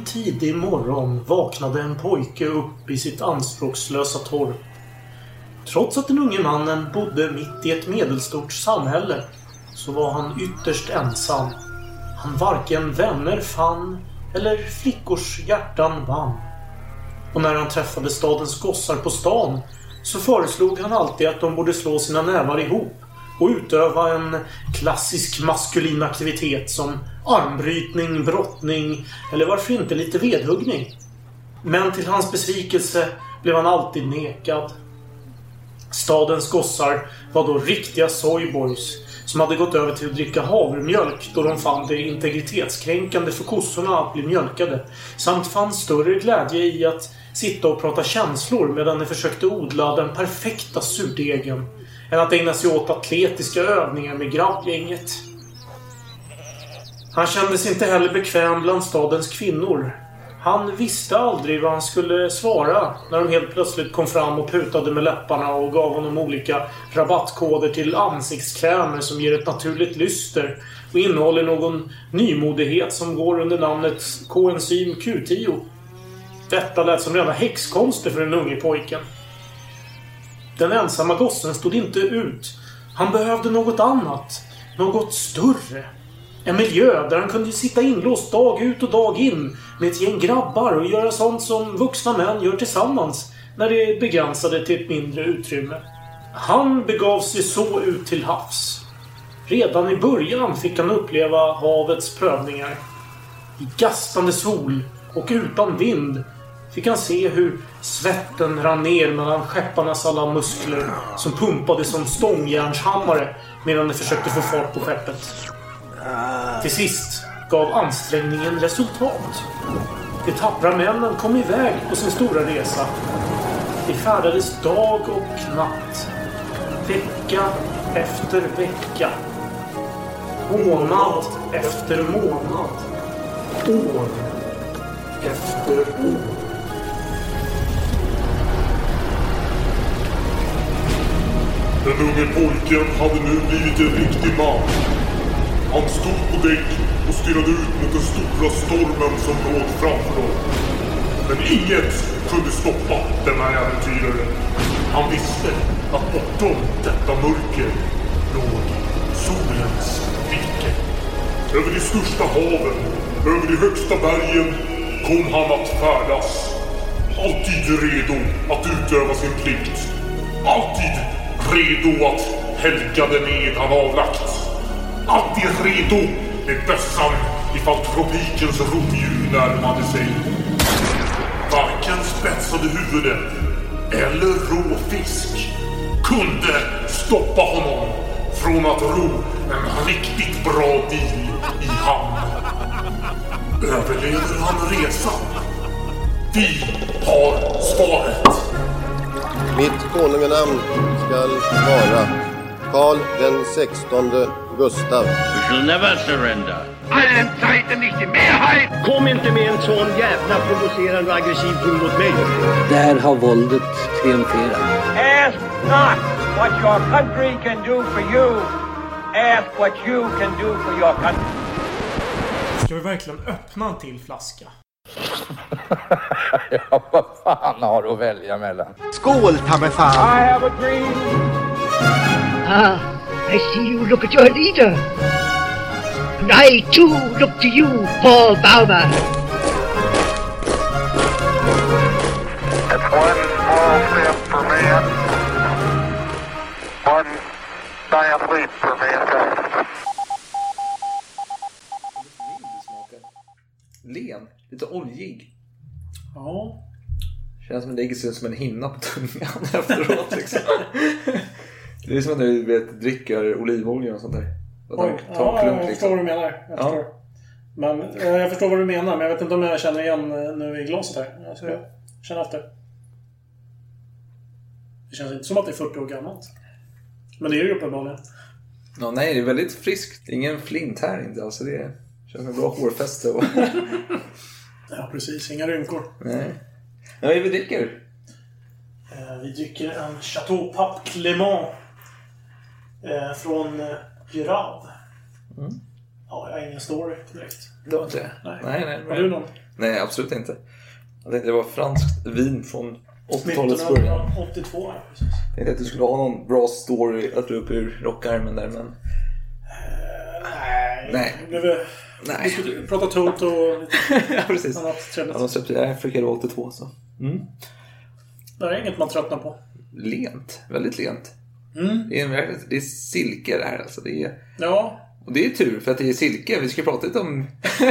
tidig morgon vaknade en pojke upp i sitt anspråkslösa torp. Trots att den unge mannen bodde mitt i ett medelstort samhälle så var han ytterst ensam. Han varken vänner fann eller flickors hjärtan vann. Och när han träffade stadens gossar på stan så föreslog han alltid att de borde slå sina nävar ihop och utöva en klassisk maskulin aktivitet som armbrytning, brottning eller varför inte lite vedhuggning. Men till hans besvikelse blev han alltid nekad. Stadens gossar var då riktiga soyboys som hade gått över till att dricka havremjölk då de fann det integritetskränkande för kossorna att bli mjölkade, samt fann större glädje i att sitta och prata känslor medan de försökte odla den perfekta surdegen än att ägna sig åt atletiska övningar med grabbgänget. Han kände sig inte heller bekväm bland stadens kvinnor. Han visste aldrig vad han skulle svara när de helt plötsligt kom fram och putade med läpparna och gav honom olika rabattkoder till ansiktskrämer som ger ett naturligt lyster och innehåller någon nymodighet som går under namnet koenzym Q10. Detta lät som rena häxkonster för den unge pojken. Den ensamma gossen stod inte ut. Han behövde något annat. Något större. En miljö där han kunde sitta inlåst dag ut och dag in med ett gäng grabbar och göra sånt som vuxna män gör tillsammans när det är begränsade till ett mindre utrymme. Han begav sig så ut till havs. Redan i början fick han uppleva havets prövningar. I gastande sol och utan vind fick han se hur svetten rann ner mellan skepparnas alla muskler som pumpade som stångjärnshammare medan de försökte få fart på skeppet. Till sist gav ansträngningen resultat. De tappra männen kom iväg på sin stora resa. De färdades dag och natt. Vecka efter vecka. Månad efter månad. År efter år. Den unge pojken hade nu blivit en riktig man. Han stod på däck och stirrade ut mot den stora stormen som låg framför dem. Men inget kunde stoppa denna äventyrare. Han visste att bortom detta mörker låg solens rike. Över de största haven, över de högsta bergen kom han att färdas. Alltid redo att utöva sin plikt. Alltid redo att helga den ed han avlagt. Alltid redo med bössan ifall tropikens rovdjur närmade sig. Varken spetsade huvuden eller rå fisk kunde stoppa honom från att ro en riktigt bra deal i hamn. Överlever han resan? Vi har svaret. Mitt konunganamn skall vara Karl den 16 Gustav. We shall never surrender. Allen Zeiten nicht die Mehrheit! Kom inte med en sån jävla provocerande och aggressiv ton mot mig. Där har våldet triumferat. Ask not what your country can do for you. Ask what you can do for your country. Ska vi verkligen öppna en till flaska? Ja, vad fan har du att välja mellan? Skål, ta mig fan! I have a dream. I see you look at your leader. And I too look to you, Paul Bauma. It's one small step for man, one giant leap for mankind. Len, lite oljig. Ja. Känns som det ligger som en hinna på tungan efteråt liksom. Det är som att du dricker olivolja och sånt där. Oj, jag förstår vad du menar. Jag förstår vad du menar, men jag vet inte om jag känner igen nu i glaset här. Jag ska känna efter. Det känns inte som att det är 40 år gammalt. Men det är ju uppenbarligen. Ja, nej, det är väldigt friskt. Det är ingen flint här inte. Alltså det känns som en bra hårfäste. Ja, precis. Inga rynkor. Nej. Ja, vad vi dricker? Vi dricker en Chateau Pape Clément från Girard. Ja, jag har ingen story direkt. Det var inte det? Nej. Har du någon? Nej, absolut inte. Jag tänkte det var franskt vin från 80-talets början. 1982, precis. Jag tänkte att du skulle ha någon bra story att du upp ur rockärmen där, men... Nej. Vi skulle prata Toto och ja, precis. Annat trevligt. Ja, de släppte Afrika 82, så. Det är inget man tröttnar på. Lent, väldigt lent. Det är silke det här, alltså. Det är... Ja. Och det är tur, för att det är silke. Vi ska prata lite om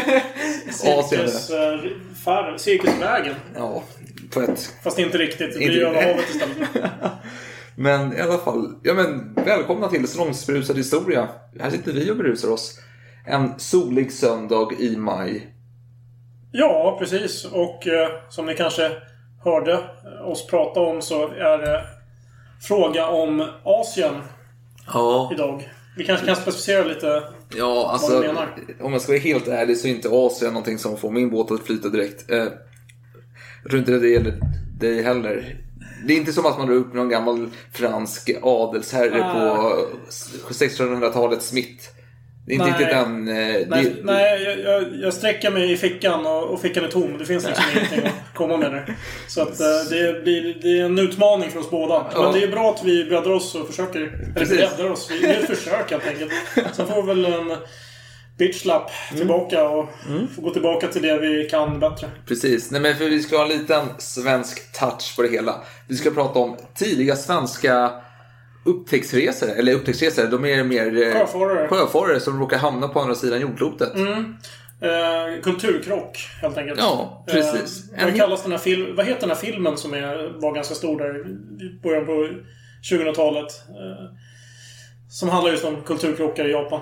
Cirkusvägen. Ja, på ett... Fast inte riktigt. Det blir över havet istället. Men i alla fall, välkomna till Salongsberusad historia. Här sitter vi och berusar oss en solig söndag i maj. Ja, precis. Och som ni kanske hörde oss prata om, så är det fråga om Asien idag. Vi kanske kan specificera lite vad du menar. Om jag ska vara helt ärlig så är inte Asien någonting som får min båt att flyta direkt. Jag tror inte det gäller dig heller. Det är inte som att man drar upp någon gammal fransk adelsherre på 1600-talets mitt. Det är inte riktigt den... Jag sträcker mig i fickan och fickan är tom. Det finns liksom ingenting att komma med där. Så att det är en utmaning för oss båda. Ja. Men det är bra att vi breddar oss och försöker... Eller breddar oss. Det är ett försök helt enkelt. Sen får vi väl en bitchlapp tillbaka och få gå tillbaka till det vi kan bättre. Precis. Nej, men för vi ska ha en liten svensk touch på det hela. Vi ska prata om tidiga svenska upptäcktsresor. Eller upptäcktsresor, de är mer sjöfarare som råkar hamna på andra sidan jordklotet. Kulturkrock helt enkelt. Ja, precis. Vad heter den här filmen som var ganska stor där i början på 2000-talet? Som handlar just om kulturkrockar i Japan.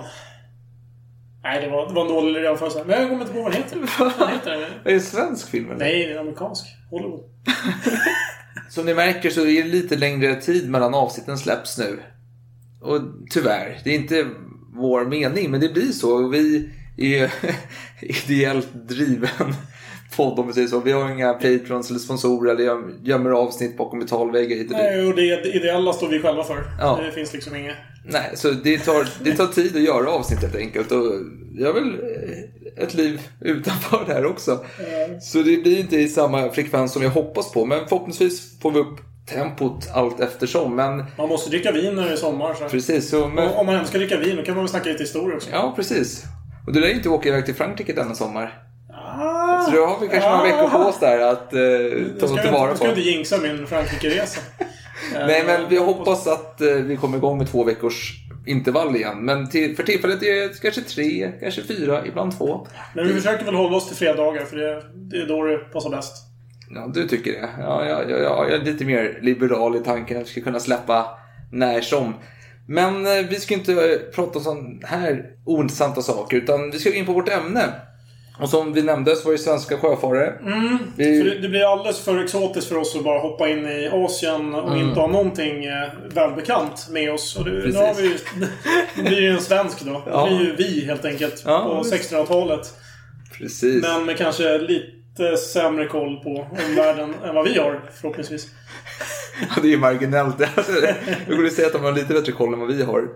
Nej, det var en dålig jämförelse. Men jag kommer inte på vad den heter. Är det en svensk film? Eller? Nej, det är en amerikansk. Hollywood. Som ni märker så är det lite längre tid mellan avsnitten släpps nu. Och tyvärr, det är inte vår mening, men det blir så. Vi är ideellt driven podd, om vi säger så. Vi har inga patrons eller sponsorer eller gömmer avsnitt bakom betalväggar hit och dit. Nej, och det ideella står vi själva för. Ja. Det finns liksom inget. Nej, så det tar tid att göra avsnitt helt enkelt. Och jag har väl ett liv utanför det här också. Så det blir inte i samma frekvens som jag hoppas på. Men förhoppningsvis får vi upp tempot allt eftersom. Men man måste dricka vin när det är sommar. Så. Precis. Så, men... Om man ska dricka vin, då kan man väl snacka lite historia också. Ja, precis. Och du lär inte åka iväg till Frankrike denna sommar. Så då har vi kanske några veckor på oss där att ta tillvara på. Jag ska inte jinxa min Frankrike-resa. Nej, men vi hoppas att vi kommer igång med 2 veckors intervall igen. Men för tillfället är det kanske 3, kanske 4, ibland 2. Men vi försöker väl hålla oss till fredagar, för det är då det passar bäst. Ja, du tycker det. Ja, jag är lite mer liberal i tanken att vi ska kunna släppa när som. Men vi ska inte prata om sådana här ointressanta saker, utan vi ska gå in på vårt ämne. Och som vi nämnde så var det svenska sjöfarare. För det blir alldeles för exotiskt för oss att bara hoppa in i Asien och inte ha någonting välbekant med oss. Och nu har vi det blir ju en svensk då. Det blir ju vi helt enkelt på 1600-talet. Precis. Men med kanske lite sämre koll på omvärlden än vad vi har, förhoppningsvis. Ja, det är ju marginellt. Jag skulle säga att de har lite bättre koll än vad vi har.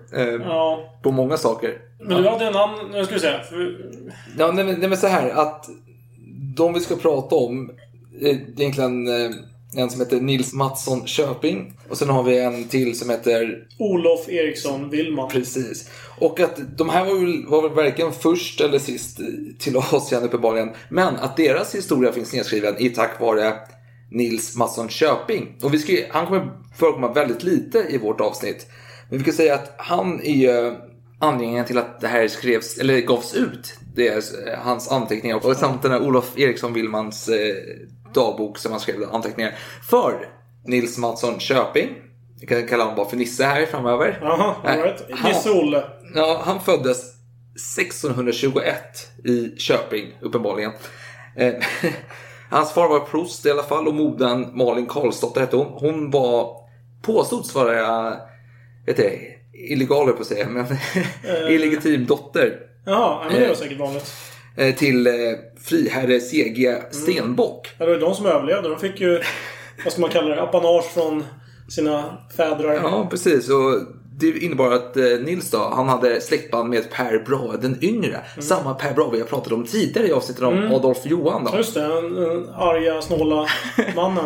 På många saker. Men du hade en annan, jag skulle säga. Ja, nej, men så här att de vi ska prata om är egentligen en som heter Nils Mattsson Köping. Och sen har vi en till som heter Olof Eriksson Willman. Precis. Och att de här var väl verkligen först eller sist till Asien uppenbarligen. Men att deras historia finns nedskriven i tack vare Nils Mattsson Köping. Och han kommer förekomma väldigt lite i vårt avsnitt. Men vi kan säga att han är anledningen till att det här skrevs eller gavs ut. Det är hans anteckningar och samt den här Olof Eriksson Willmans dagbok som han skrev anteckningar för Nils Mattsson Köping. Vi kan kalla honom bara för Nisse här framöver. Jaha, right. Nisse Olle. Ja, han föddes 1621 i Köping uppenbarligen. Hans far var prost i alla fall och modern Malin Karlsdotter hette hon. Hon var påstods vara illegal på att säga, men illegitim dotter. Ja, men det var säkert vanligt. Till friherre C.G. Stenbock. Det var de som överlevde. De fick ju, vad ska man kalla det, apanage från sina fädrar. Ja, precis. Och det innebar att Nils då, han hade släktband med Per Brahe den yngre. Samma Per Brahe vi har pratat om tidigare i avsnittet om Adolf Johan då. Just det, en arga, snåla mannen.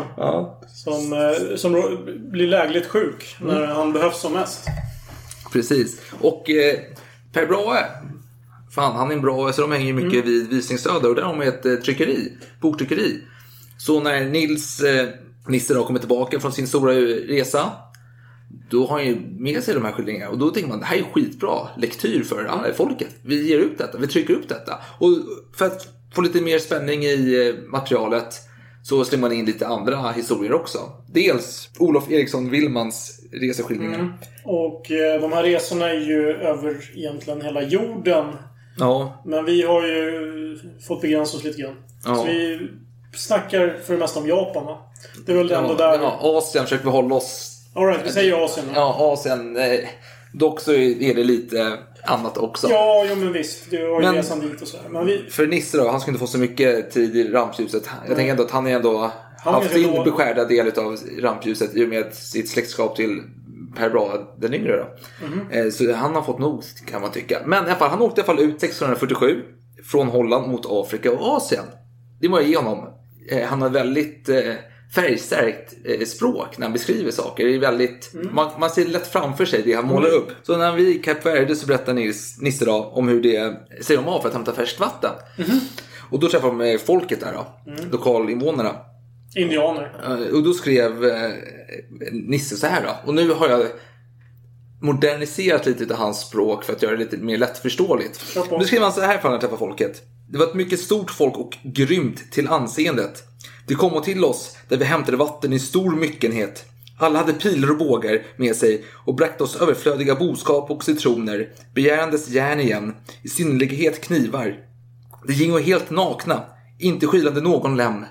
Som blir lägligt sjuk när han behövs som mest. Precis. Och Per Brahe, fan, han är en bra, så de hänger mycket vid Visingsöder. Och där har de ett boktryckeri. Så när Nisse då kommer tillbaka från sin stora resa, då har han ju med sig de här skildringarna. Och då tänker man, det här är skitbra lektyr för alla folket. Vi ger ut detta, vi trycker upp detta. Och för att få lite mer spänning i materialet så slänger man in lite andra historier också. Dels Olof Eriksson Willmans reseskildringar. Och de här resorna är ju över egentligen hela jorden. Ja. Men vi har ju fått begränsa oss lite grann. Ja. Så vi snackar för det mesta om Japan, va? Det är väl det ändå där... Ja, Asien försöker vi hålla oss... All right, vi säger Asien. Ja, Asien. Dock så är det lite annat också. Ja, men visst. Det var ju resan dit och så. Men för Nisse då, han skulle inte få så mycket tid i rampljuset. Jag tänker ändå att han är ändå haft sin beskärda del av rampljuset i och med sitt släktskap till Per Brahe den yngre då. Så han har fått nog, kan man tycka. Men i alla fall, han åkte i alla fall ut 1647 från Holland mot Afrika och Asien. Det må jag ge honom. Han har väldigt färgstarkt språk när han beskriver saker. Det är väldigt, man ser lätt framför sig det han målar upp. Så när vi i Kap Verde så berättar Nisse då om hur det ser de av för att hämta färskt vatten. Och då träffar de folket där då. Lokalinvånarna. Indianer. Och då skrev Nisse så här då. Och nu har jag moderniserat lite av hans språk för att göra det lite mer lättförståeligt. Då skrev han så här för att han träffar folket. Det var ett mycket stort folk och grymt till anseendet. Det kom till oss där vi hämtade vatten i stor myckenhet. Alla hade pilar och bågar med sig och bräckte oss överflödiga boskap och citroner, begärandes järn igen, i synnerlighet knivar. Det gingo helt nakna, inte skilande någon lem.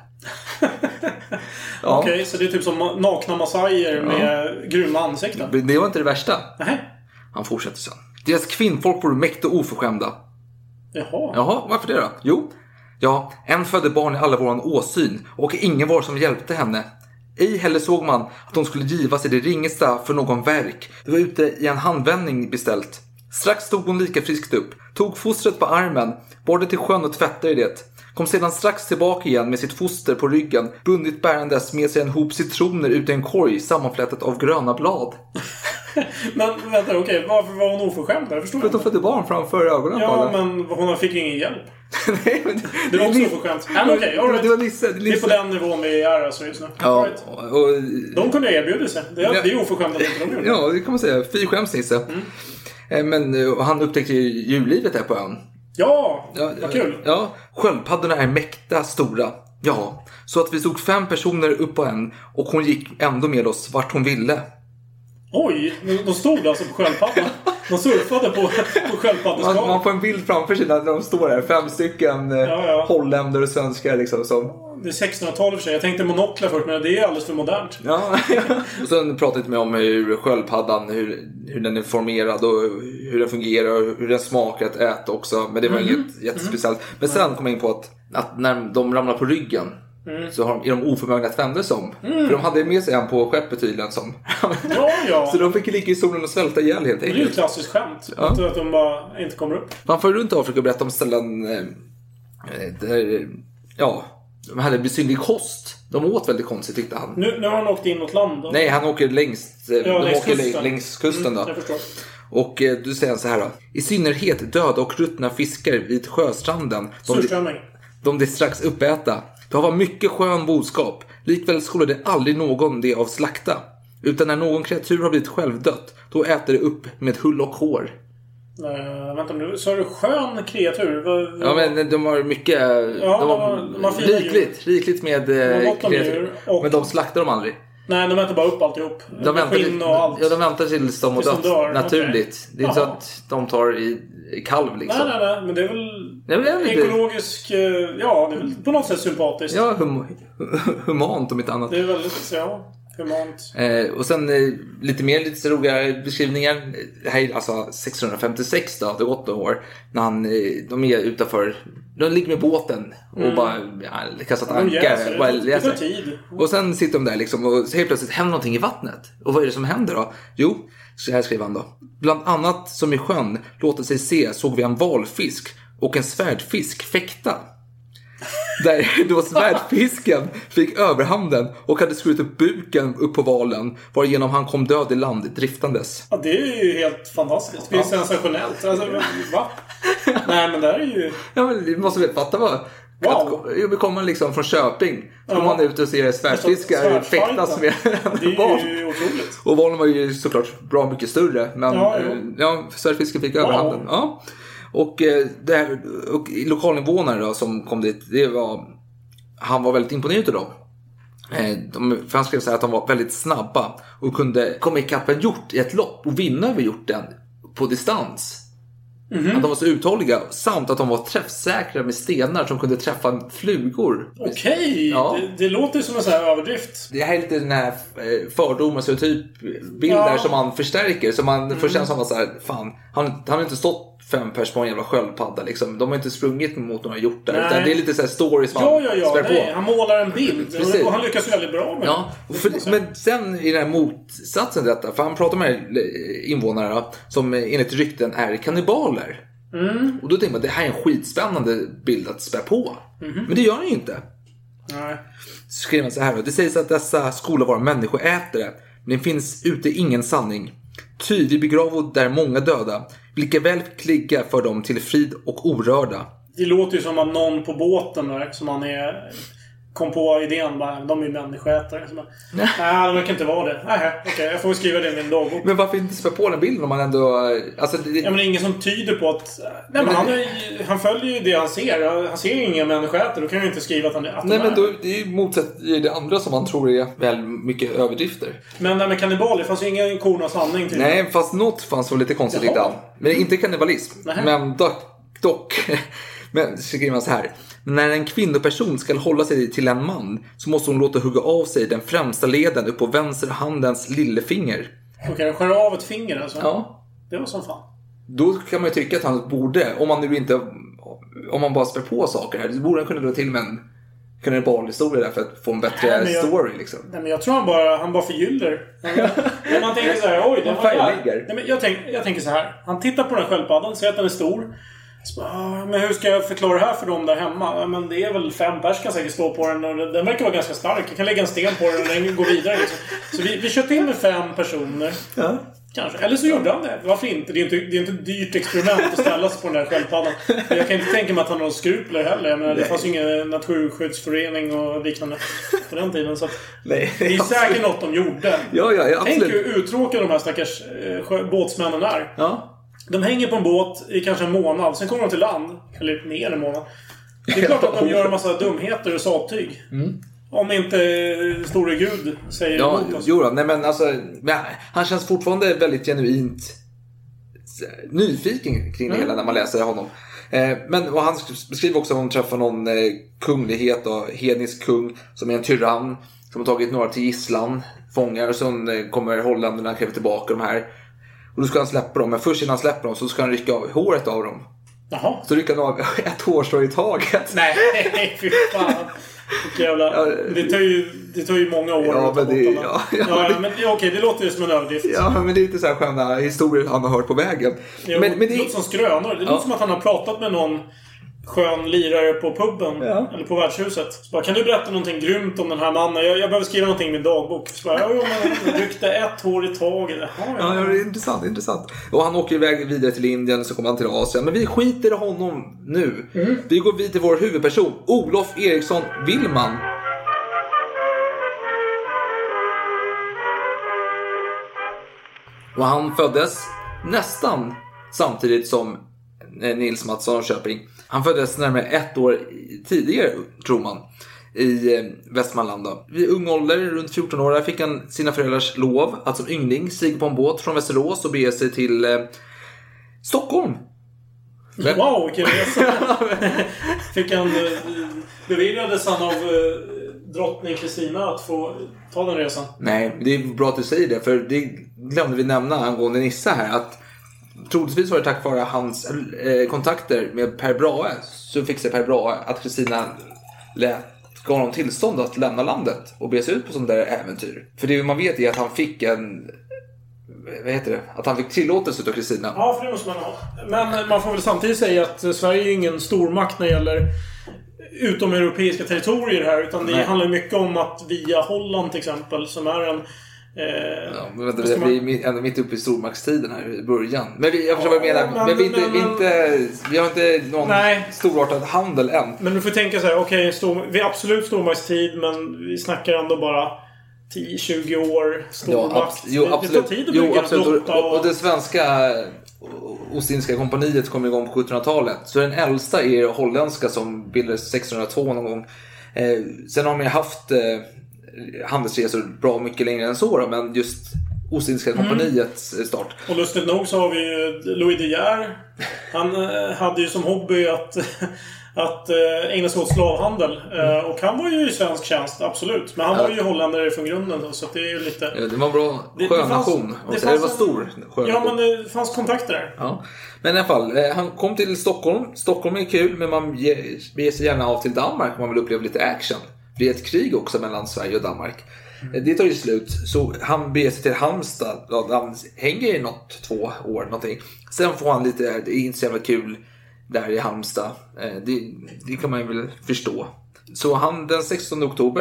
Ja. Okej, så det är typ som nakna massajer med grymma ansikten. Det var inte det värsta. Nej. Han fortsätter sen. Deras kvinnfolk vore mäkta oförskämda. Jaha, varför det då? Jo, ja, en födde barn i alla våran åsyn och ingen var som hjälpte henne. Ej heller såg man att hon skulle giva sig det ringesta för någon verk. Det var ute i en handvändning beställt. Strax stod hon lika friskt upp, tog fostret på armen, bar det till sjön och tvättade det. Kom sedan strax tillbaka igen med sitt foster på ryggen, bundit bärandes med sig en hop citroner ut i en korg sammanflätat av gröna blad. Men vänta, okej, varför var hon oförskämd? Jag förstår för att hon födde barn framför ögonen. Ja, men hon fick ingen hjälp. Nej, men det var också oförskämt. Okej, det var Nisse. Det är på den nivån vi är alltså just nu. Ja, och de kunde erbjuda sig. Det är oförskämt att inte de gjorde. Ja, det kan man säga. Fy skäms Nisse. Men han upptäckte ju djurlivet här på ön. Ja, vad kul. Ja, sköldpaddorna är mäkta stora. Ja, så att vi stod 5 personer upp på en och hon gick ändå med oss vart hon ville. Oj, de stod alltså på sköldpaddan. De surfade på sköldpaddeskalan. Man får en bild framför sig när de står där. 5 stycken holländare och svenskar liksom som... Det är 1600-talet för sig. Jag tänkte monoklar först, men det är alldeles för modernt. Ja. Och sen pratade vi om hur sköldpaddan, hur den är formerad och hur den fungerar och hur den smakar att äta också. Men det var inget jättespeciellt. Men sen kom jag in på att när de ramlar på ryggen så är de oförmögna att vända sig om. För de hade med sig en på skeppet tydligen som... Ja. Så de fick ligga i solen och svälta ihjäl helt enkelt. Det är ju ett klassiskt skämt. Att de bara inte kommer upp. Man får runt Afrika och berätta om ställen där... Ja... De hade besynlig kost. De åt väldigt konstigt tyckte han. Nu har han åkt in åt land då? Nej, han åker längs kusten då. Jag förstår. Och du säger så här då. I synnerhet döda och ruttna fiskar vid sjöstranden. De det strax uppäta. Det var mycket skön boskap. Likväl skulle det aldrig någon det av slakta. Utan när någon kreatur har blivit självdött, då äter det upp med hull och hår. Vänta nu, så är det skön kreatur? Ja, men de har mycket... rikligt med kreatur. Men de slaktar dem aldrig. Nej, de äter bara upp alltihop. De väntar tills de har dött. Naturligt. Okay. Det är inte så att de tar i kalv liksom. Nej, men det är väl ekologisk... Ja, det är väl på något sätt sympatiskt. Ja, humant om inte annat. Det är väldigt, Humant. Och sen lite roligare beskrivningar. Det här är alltså 1656 då, det har gått några år. När de är utanför, de ligger med båten och bara kastat ankar. Det tar tid. Och sen sitter de där liksom, och så helt plötsligt händer någonting i vattnet. Och vad är det som händer då? Jo, så här skriver han då. Bland annat som i sjön låter sig se såg vi en valfisk och en svärdfisk fäkta. Där då svärdfisken fick överhanden och hade skurit upp buken upp på valen, varigenom han kom död i land driftandes. Ja, det är ju helt fantastiskt. Det är sensationellt. Alltså, va? Nej, men det här är ju... Ja, men vi måste fatta vad... Wow. Vi kommer liksom från Köping. Så kommer man ut och ser svärdfiskar fäktas med det är ju otroligt. Och valen var ju såklart bra mycket större. Men svärdfisken fick överhanden. Ja. Och, och lokalinvånare då, som kom dit, han var väldigt imponerad av dem. För han skrev så här att de var väldigt snabba och kunde komma ikapp en hjort i ett lopp och vinna över hjorten på distans. Att de var så uthålliga, samt att de var träffsäkra med stenar som kunde träffa flugor. Okej, ja. Det låter som en sån här överdrift. Det här är lite den här fördomar, så typ bilder som man förstärker. Så man får känna som att så här, fan, han har inte stått 5 pers på en jävla sköldpadda liksom. De har inte sprungit mot några hjortar. Utan det är lite så här stories man spär på. Han målar en bild. Och han lyckas väldigt bra med det. Men sen i den här motsatsen detta, för han pratar med invånare som enligt rykten är kannibaler. Och då tänker man, det här är en skitspännande bild att spä på. Men det gör han ju inte. Nej. Så skriver man så här då. Det sägs att dessa skolor var människoätare, men det finns ute ingen sanning. Tydlig begravd där många döda, vilka väl fick ligga för dem till frid och orörda. Det låter ju som att någon på båten där, som han kom på idén, bara, de är ju människoätare. Nej, de verkar inte vara det. Okej, jag får skriva det i min dagbok. Men varför inte spä på den bilden om man ändå... Alltså, men det är ingen som tyder på att... Nej, men han följer ju det han ser. Han ser ju inga människoätare, då kan ju inte skriva att han är... Nej, men då, det är motsatt det andra som man tror är väl mycket överdrifter. Men det med kannibal, det fanns ju ingen korn av sanning till. Nej, fast något fanns väl lite konstigt lite. Men inte kannibalism. Men dock... Men så skriver man så här. När en kvinnoperson ska hålla sig till en man, så måste hon låta hugga av sig den främsta leden upp på vänster handens lillefinger. Okej, skära av ett finger alltså? Ja. Det var som fan. Då kan man ju tycka att han borde, om man bara spär på saker här, så borde han kunna dra till med en kannibalhistoria där för att få en bättre story liksom. Nej, men jag tror han bara förgyller. Men man tänker så här, oj, det var där. Nej, men jag tänker så här. Han tittar på den sköldpaddan, ser att den är stor. Men hur ska jag förklara det här för dem där hemma? Men det är väl 5 pers kan säkert stå på den. Och den verkar vara ganska stark. Jag kan lägga en sten på den och den går vidare liksom. Så vi kör till med 5 personer. Ja. Kanske. Eller så gjorde han det. Varför inte? Det är inte ett dyrt experiment att ställa sig på den där sköldpaddan. Jag kan inte tänka mig att han har några skrupler heller. Jag menar, det fanns ju ingen naturskyddsförening och liknande på den tiden. Så det är säkert något de gjorde. Ja, tänk hur uttråkade de här stackars båtsmännen är. Ja. De hänger på en båt i kanske en månad. Sen kommer de till land. Eller mer än en månad. Det är klart att de gör en massa dumheter och sattyg. Om inte store Gud säger emot oss. Jo, nej, men alltså, han känns fortfarande väldigt genuint nyfiken kring det hela när man läser honom. Och han beskriver också att han träffar någon kunglighet och hednisk kung som är en tyrann som har tagit några till gisslan, fångar, och sen kommer holländarna kräva tillbaka de här. Och då ska han släppa dem. Men först innan han släpper dem så ska han rycka av håret av dem. Jaha. Så rycker han av ett hårstrå i taget. Nej, fy fan. Jävla. Det tar ju många år. Ja, men det, men okej, det låter ju som en överdrift. Ja, men det är lite så här sköna historier han har hört på vägen. Jo, men det låter som skrönor. Det låter som att han har pratat med någon skön lirare på pubben eller på värdshuset. Så bara, kan du berätta någonting grymt om den här mannen? Jag behöver skriva någonting i min dagbok. Så bara, men ryckte ett hår i taget. Ja, det är intressant. Och han åker iväg vidare till Indien, så kommer han till Asien. Men vi skiter i honom nu. Vi går vidare till vår huvudperson, Olof Eriksson Willman. Och han föddes nästan samtidigt som Nils Mattsson Köping. Han föddes närmare 1 år tidigare, tror man, i Västmanland. Vid ung ålder, runt 14 år, fick han sina föräldrars lov att som yngling stiga på en båt från Västerås och bege sig till Stockholm. Wow, vilken resa! Fick han beviljades han av drottning Kristina att få ta den resan? Nej, det är bra att du säger det. För det glömde vi nämna angående Nissa här. Att troligtvis var det tack vare hans kontakter med Per Brahe. Så fixade Per Brahe att Kristina gav honom tillstånd att lämna landet och bege sig ut på sådana där äventyr. För det man vet är att han fick att han fick tillåtelse av Kristina. Ja, för det måste man ha. Men man får väl samtidigt säga att Sverige är ingen stormakt när det gäller utomeuropeiska territorier här. Utan det handlar mycket om att via Holland till exempel, som är en... vi är ändå mitt uppe i stormaktstiden här i början. Men jag förstår vad jag menar. Men vi har inte någon storartad handel än. Men du får tänka så här, vi är absolut stormaktstid, men vi snackar ändå bara 10-20 år stormakt. Jo, absolut. Det tar tid att bygga absolut. Och det svenska Ostindiska kompaniet kom igång på 1700-talet. Så den äldsta är holländska som bildades 1602 någon gång. Sen har man ju haft handelsresor bra mycket längre än så, men just Ostindiska kompaniets start. Och lustigt nog så har vi ju Louis De Geer. Han hade ju som hobby att ägna sig åt slavhandel. Och han var ju i svensk tjänst, absolut. Men han var ju holländare från grunden då, så det är ju lite... Ja, det var en bra sjönation. Det var stor sjönation. Ja, men det fanns kontakter där. Ja. Men i alla fall, han kom till Stockholm. Stockholm är kul, men man ger sig gärna av till Danmark om man vill uppleva lite action. Det är ett krig också mellan Sverige och Danmark. Det tar ju slut. Så han beger sig till Halmstad. Han hänger i 2 år någonting. Sen får han lite, det är inte så jävla kul där i Halmstad. Det kan man ju väl förstå. Så han den 16 oktober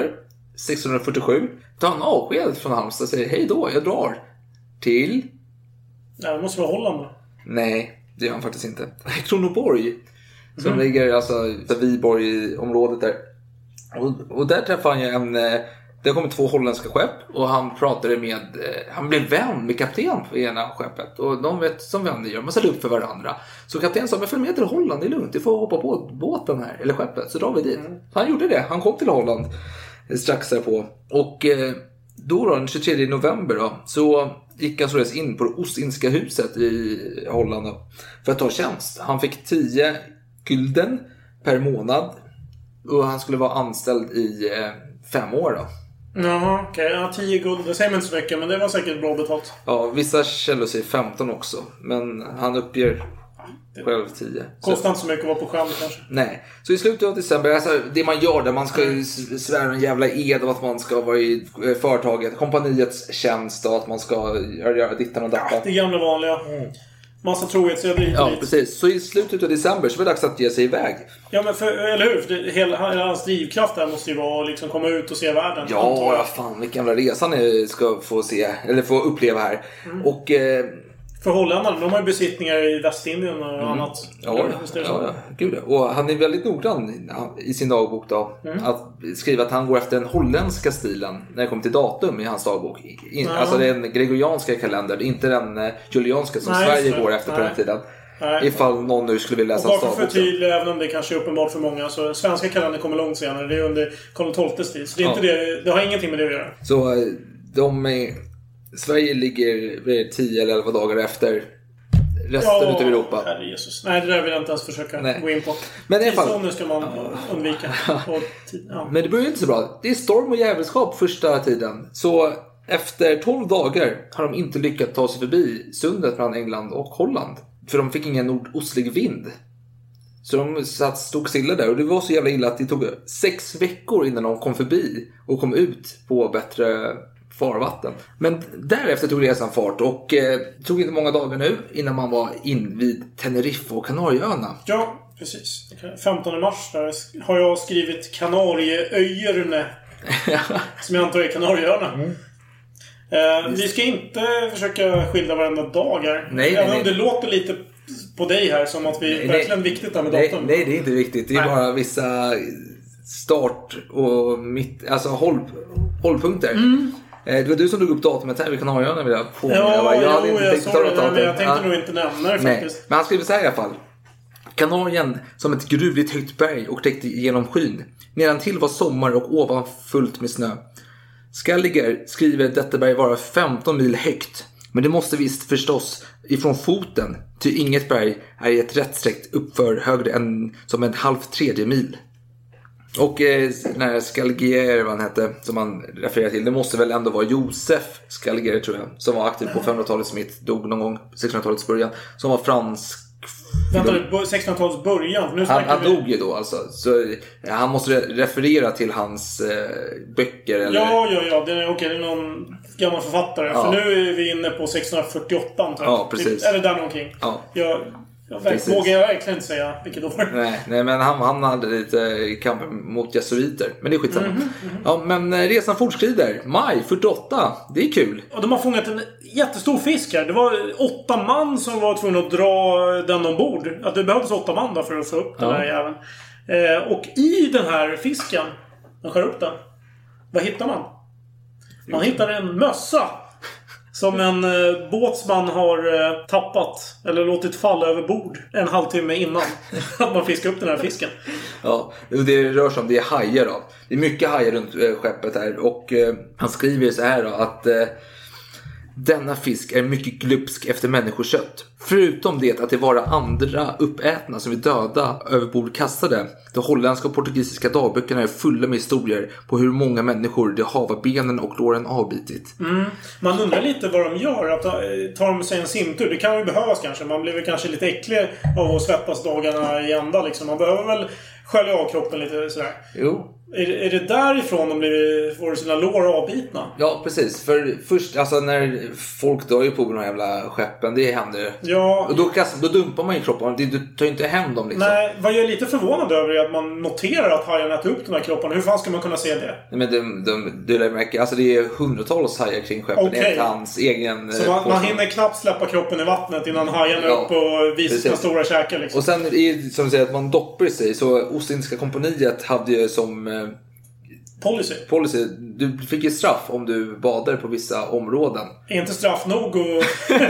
1647 tar han avsked från Halmstad och säger hej då, jag drar till... Nej, det måste vara Holland då. Nej, det gör han faktiskt inte. Kronoborg. Som ligger alltså Viborg-området där. Och där träffade han ju det kom 2 holländska skepp och han pratade med, han blev vän med kapten på ena skeppet och de vet som vänner gör, man ställer upp för varandra. Så kapten sa, men följ med till Holland, det är lugnt, du får hoppa på båten här, eller skeppet, så drar vi dit. Så han gjorde det, han kom till Holland strax därpå. Och då den 23 november då, så gick han således in på det Ostindiska huset i Holland då, för att ta tjänst. Han fick 10 gulden per månad och han skulle vara anställd i 5 år då. Jaha, okej. Ja, 10 guld. Det säger man inte så mycket, men det var säkert bra betalt. Ja, vissa källor säger 15 också. Men han uppger själv 10. Kostar inte så mycket att vara på sjön kanske. Nej. Så i slutet av december, alltså det man gör där, man ska ju svära en jävla ed av att man ska vara i företaget, kompaniets tjänst och att man ska göra dittan och dattan. Ja, det gamla vanliga. Massa trohetseder. Ja, precis. Så i slutet av december så var det dags att ge sig iväg. Ja, men eller hur? Hela hans drivkraft där måste ju vara liksom komma ut och se världen. Ja, fan, vilken jävla resa ni ska få se, eller få uppleva här. Och... för holländarna, de har ju besittningar i Västindien och annat. Ja, gud. Och han är väldigt noggrann i sin dagbok då. Att skriva att han går efter den holländska stilen när det kommer till datum i hans dagbok. Alltså den gregorianska kalendern, inte den julianska som Sverige går efter på den tiden. Nej. Ifall någon nu skulle vilja läsa dagbok. Och bara för tydligt, även om det kanske är uppenbart för många, så svenska kalendern kommer långt senare. Det är under Karl XII:s tid. Så det är inte det har ingenting med det att göra. Så Sverige ligger 10 eller 11 dagar efter resten utav Europa. Herre Jesus. Nej, det där vill jag inte ens försöka gå in på. Men i alla fall, nu ska man undvika. Men det börjar inte så bra. Det är storm och jävelskap första tiden. Så efter 12 dagar har de inte lyckats ta sig förbi sundet mellan England och Holland. För de fick ingen nordostlig vind. Så de stod stilla där. Och det var så jävla illa att det tog 6 veckor innan de kom förbi och kom ut på bättre farvatten. Men därefter tog resan fart och det tog inte många dagar nu innan man var in vid Tenerife och Kanarieöarna. Ja, precis. 15 mars där har jag skrivit Kanarieöarna som jag antar är Kanarieöarna. Vi ska inte försöka skilja varenda dag här. Även om det låter lite på dig här som att vi verkligen viktigt där med datum. Nej, det är inte viktigt. Det är bara vissa start och hållpunkter. Det var du som drog upp datumet här vid Kanarieöarna, vill jag påminna. Jag tänkte nog inte nämna det faktiskt. Men han skriver så här i alla fall. Kanarien som ett gruvligt högt berg och täckt genom skyn. Nedan till var sommar och ovan fullt med snö. Skalliger skriver detta berg vara 15 mil högt. Men det måste visst förstås ifrån foten. Ty inget berg är i ett rätt sträckt uppför högre än som en 1/2 mil. Och när Skalgier, vad han hette, som man refererar till, det måste väl ändå vara Josef Skalgier, tror jag, som var aktiv på 500-talets mitt, dog någon gång på 1600-talets början, som var fransk. Vänta, 1600-talets början? Nu han dog ju då alltså. Så han måste referera till hans böcker. Eller... Ja. Det är någon gammal författare. Ja. För nu är vi inne på 1648. Ja, precis. Eller där någonting. Ja. Jag vågar jag verkligen inte säga vilket år. Nej, men han hade lite kamp mot jesuiter. Men det är skitsamma. Ja, men resan fortskrider. Maj 48. Det är kul. Och de har fångat en jättestor fisk här. Det var 8 man som var tvungna att dra den ombord. Att det behövdes 8 man då för att få upp den här jäveln. Och i den här fisken, man skär upp den, vad hittar man? Man hittar en mössa. Som en båtsman har tappat eller låtit falla över bord en halvtimme innan att man fiskar upp den här fisken. Ja, det rör sig om, det är hajar då. Det är mycket hajar runt skeppet här. Och han skriver så här då, att denna fisk är mycket glupsk efter människokött. Förutom det att det var andra uppätna som vi döda överbord kastade. De holländska och portugisiska dagböckerna är fulla med historier på hur många människor de hava benen och låren avbitit. Man undrar lite vad de gör. Att tar de sig en simtur, det kan ju behövas kanske. Man blir väl kanske lite äcklig av att svettas dagarna i ända liksom. Man behöver väl skölja av kroppen lite sådär. Jo. Är det därifrån de får sina lår avbitna? Ja, precis. För först, alltså när folk dör ju på de här jävla skeppen, det händer. Ja. Och då dumpar man ju kroppen. Du tar ju inte hem dem liksom. Nej, vad jag är lite förvånad över är att man noterar att hajen äter upp de här kropparna. Hur fan ska man kunna se det? Nej, men du märker, alltså det är hundratals hajar kring skeppen. Okay. Det är hans egen... Så man hinner knappt släppa kroppen i vattnet innan hajen är upp och visar sina stora käkar liksom. Och sen som du säger att man doppar sig. Så Ostindiska kompaniet hade ju som... Policy. Du fick ju straff om du badade på vissa områden. Är inte straff nog och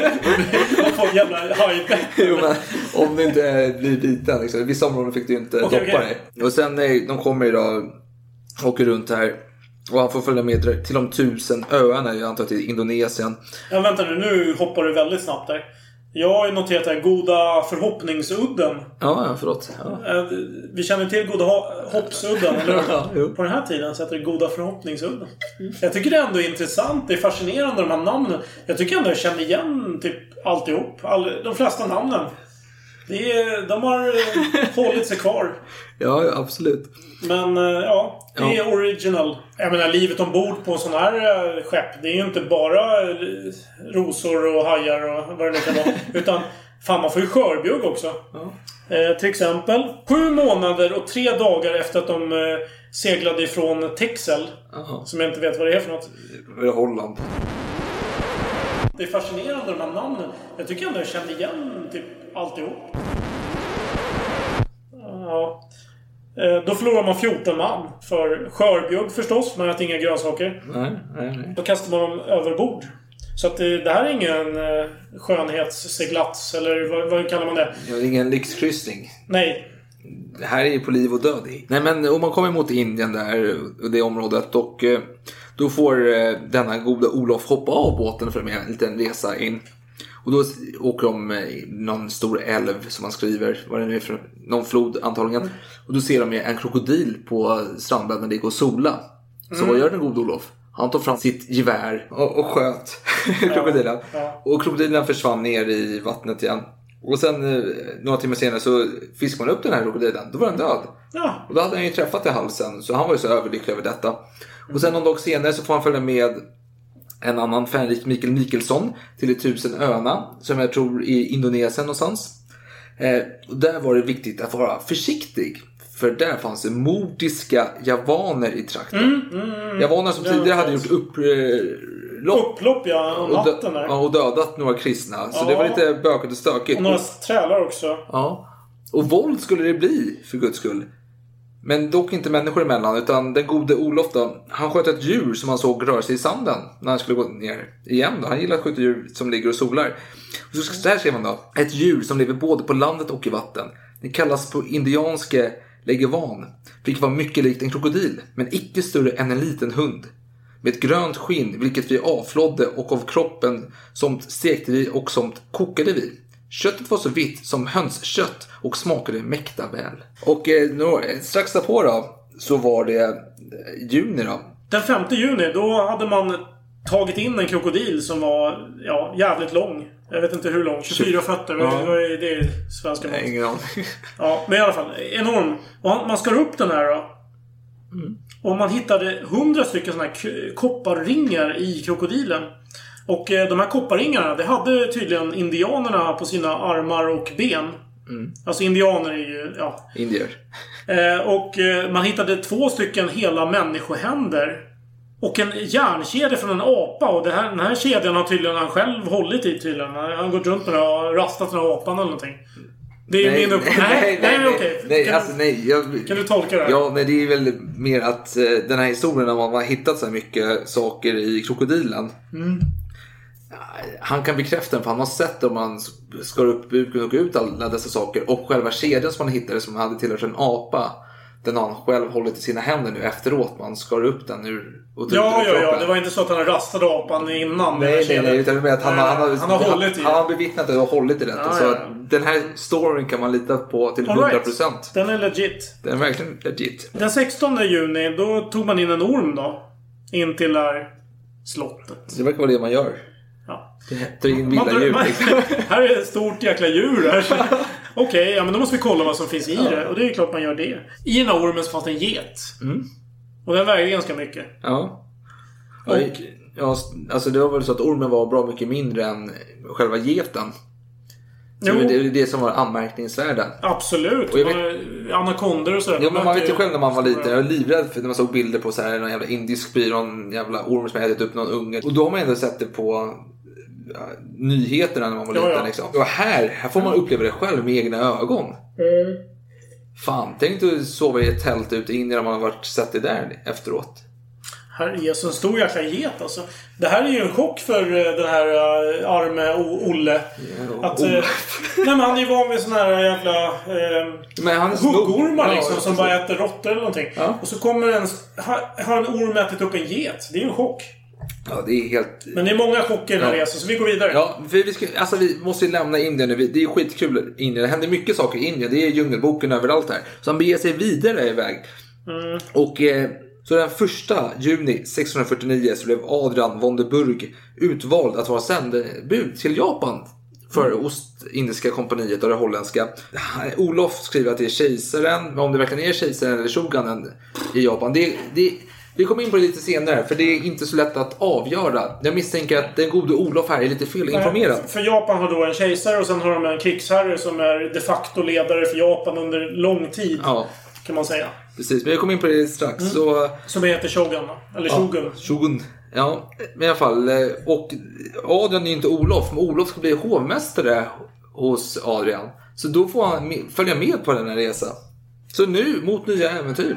få en jävla hajbäck? Jo, men om du inte blir biten liksom. Vissa områden fick du inte doppa dig. Och sen de kommer idag, åker runt här. Och han får följa med till de 1000 öarna, jag antar till Indonesien. Ja, vänta nu hoppar du väldigt snabbt där. Jag har ju noterat den goda förhoppningsudden. Ja, förlåt. Ja. Vi känner till goda hoppsudden, eller på den här tiden så heter det goda förhoppningsudden. Jag tycker det är ändå intressant, det är fascinerande de här namnen. Jag tycker ändå jag känner igen typ alltihop. De flesta namnen. De har hållit sig kvar. Ja, absolut. Men det är original. Jag menar, livet ombord på sån här skepp, det är ju inte bara rosor och hajar och vad det nu kan vara. Utan fan, man får ju skörbjugg också. Till exempel 7 månader och 3 dagar efter att de seglade ifrån Texel. Som jag inte vet vad det är för något. Det är Holland. Det är fascinerande de här namnen. Jag tycker ändå jag kände igen typ alltihop. Ja. Då förlorar man 14 man. För skörbjugg förstås, man äter inga grönsaker. Nej. Då kastar man dem över bord. Så att det här är ingen skönhetsseglats. Eller vad kallar man det? Det är ingen lyxkryssning. Nej. Det här är ju på liv och död. Nej, men om man kommer mot Indien där, det området, och då får denna goda Olof hoppa av båten för att med en liten resa in. Och då åker de någon stor älv som man skriver, vad det nu är för någon flod antagligen. Och då ser de en krokodil på strandbädden ligga och sola. Så vad gör den gode Olof? Han tar fram sitt gevär och sköt krokodilen. Och krokodilen försvann ner i vattnet igen. Och sen några timmar senare så fiskar man upp den här krokodilen. Då var den död. Och då hade han ju träffat i halsen. Så han var ju så överlycklig över detta. Och sen någon dag senare så får han följa med en annan fänrik, Mikael Mikkelsson, till de 1000 öarna, som jag tror i Indonesien någonstans. Och där var det viktigt att vara försiktig. För där fanns det mordiska javaner i trakten. Javaner som tidigare hade gjort upplopp natten där. Och dödat några kristna. Så det var lite bökigt och stökigt. Och några trälar också. Ja. Och våld skulle det bli, för Guds skull. Men dock inte människor emellan, utan den gode Olof då, han sköt ett djur som han såg röra sig i sanden när han skulle gå ner igen då. Han gillar att skjuta djur som ligger och solar. Och så här skrev man då: ett djur som lever både på landet och i vatten. Det kallas på indianska legevan, vilket var mycket likt en krokodil, men icke större än en liten hund. Med ett grönt skinn, vilket vi avflodde, och av kroppen somt stekte vi och somt kokade vi. Köttet var så vitt som hönskött och smakade mäkta väl. Och strax därpå då, så var det juni då. Den 5 juni, då hade man tagit in en krokodil som var jävligt lång. Jag vet inte hur lång. 24 fötter. Ja. Det är svenska mått. Ingen aning. Ja, men i alla fall. Enorm. Och man skar upp den här då. Och man hittade 100 stycken såna här kopparringar i krokodilen. Och de här kopparringarna, det hade tydligen indianerna på sina armar och ben. Alltså indianer är ju... Ja. Indier. Och man hittade 2 stycken hela människohänder. Och en järnkedja från en apa. Och den här kedjan har tydligen han själv hållit i tydligen. Han har gått runt med den och rastat den här apan eller någonting. Det är min uppfattning. Nej, kan du tolka det här? Ja, nej, det är väl mer att den här historien om man har hittat så här mycket saker i krokodilen. Han kan bekräfta den, för han har sett om man skar upp buken och ut alla dessa saker. Och själva kedjan som han hittade, som hade tillhört en apa, den har han själv hållit i sina händer nu efteråt. Man skar upp den ur och ja, det var inte så att han rastade apan innan. Nej, utan med att han har hållit i. Han har bevittnat det och hållit i det. Så den här storyn kan man lita på till 100%. Den är legit. Den är verkligen legit. Den 16 juni, då tog man in en orm då. In till där slottet. Det verkar vara det man gör. Ja. Det är vilda djur. Här är ett stort jäkla djur här. Okej, men då måste vi kolla vad som finns i det. Och det är klart man gör det. I den här ormen så fanns det en get. Och den väger ganska mycket. Ja. Och alltså det var väl så att ormen var bra mycket mindre än själva geten. Det är det som var anmärkningsvärda. Absolut. Och anakonder och sådär. Ja, men man vet ju själv när man var liten. Jag var livrädd för när man såg bilder på så här, någon jävla indisk by, någon jävla orm som hade ätit upp någon unge. Och då har man ändå sett det på nyheterna när man var liten. Liksom. Och här får man uppleva det själv med egna ögon. Fan, tänk dig att sova i ett tält ute in när man har varit sett det där efteråt. Här är så en stor jäkla get alltså. Det här är ju en chock för den här arme Olle. Nej, men han är ju van vid såna här jävla huggormar liksom, som bara äter råttor eller någonting. Och så kommer har en orm ätit upp en get. Det är ju en chock. Ja, det är helt... Men det är många chocker i den här resan, så vi går vidare. Ja, för vi måste lämna Indien nu. Det är skitkul i Indien. Det händer mycket saker i Indien. Det är djungelboken överallt här. Så han beger sig vidare iväg. Och så den 1 juni 1649 så blev Adrian von der Burg utvald att vara sändebud till Japan för Ostindiska kompaniet och det holländska. Olof skriver att det är kejsaren, men om det verkligen är kejsaren eller shogunen i Japan, vi kommer in på det lite senare, för det är inte så lätt att avgöra. Jag misstänker att den gode Olof här är lite felinformerad. För Japan har då en kejsare och sen har de en krigsherre som är de facto ledare för Japan under lång tid, kan man säga. Precis, men jag kommer in på det strax. Som heter Shogun, eller Shogun. Shogun. Ja, men i alla fall. Och Adrian är ju inte Olof, men Olof ska bli hovmästare hos Adrian. Så då får han följa med på den här resan. Så nu, mot nya äventyr.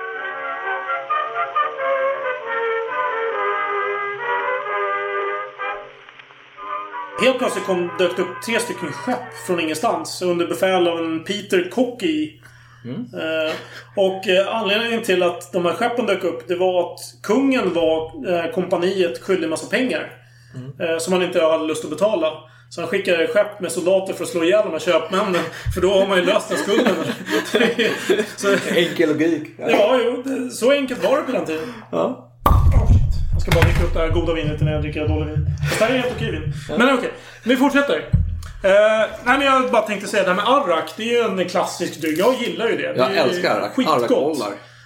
Helt plötsligt dök upp 3 stycken skepp från ingenstans under befäl av en Peter Cockey. Och anledningen till att de här skeppen dök upp, det var att kungen var kompaniet skyldig massa pengar som han inte hade lust att betala. Så han skickade skepp med soldater för att slå ihjäl de här köpmännen, för då har man ju löst den skulden. Så, enkel logik. Ja, så enkelt var det på den tiden. Ja. Jag ska bara dricka upp det här goda vinet när jag dricker dålig vin. Det här är helt okej vin. Men okej, vi fortsätter. Nej, men jag bara tänkte säga det här med arrak. Det är ju en klassisk dryck. Jag gillar ju det. Jag älskar arrak. Skitgott.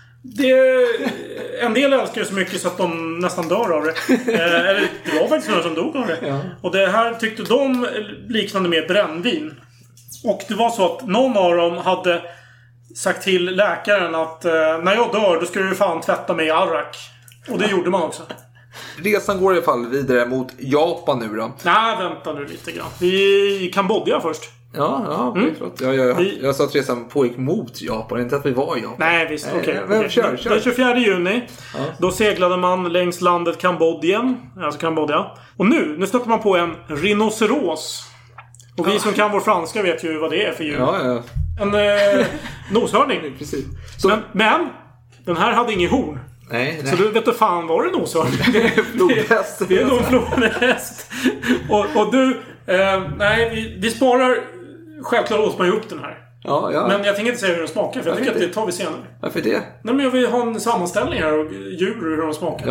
En del älskar det så mycket så att de nästan dör av det. Eller det var faktiskt några som dog av det. Ja. Och det här tyckte de liknande med brännvin. Och det var så att någon av dem hade sagt till läkaren att när jag dör då ska du fan tvätta mig i arrak. Och det gjorde man också. Resan går i alla fall vidare mot Japan nu då. Nej, vänta nu lite grann. Vi Kambodja först. Ja, jag sa att resan pågick mot Japan, inte att vi var i Japan. Nej, visst, okej. Kör. Den 24 juni, då seglade man längs landet Kambodja. Alltså Kambodja. Och nu stöter man på en rhinoceros. Och vi som kan vår franska vet ju vad det är för djur. Ja. En noshörning. Precis. Men den här hade ingen horn. Nej. Så du vet du fan var det noshörning? Flodhäst. Det är nog en flodhäst. Och du... nej, vi sparar... Självklart åt man ju upp den här. Ja. Men jag tänker inte säga hur de smakar, för jag tycker att det tar vi senare. Varför det? Nej, men jag vill ha en sammanställning här och djur hur de smakar.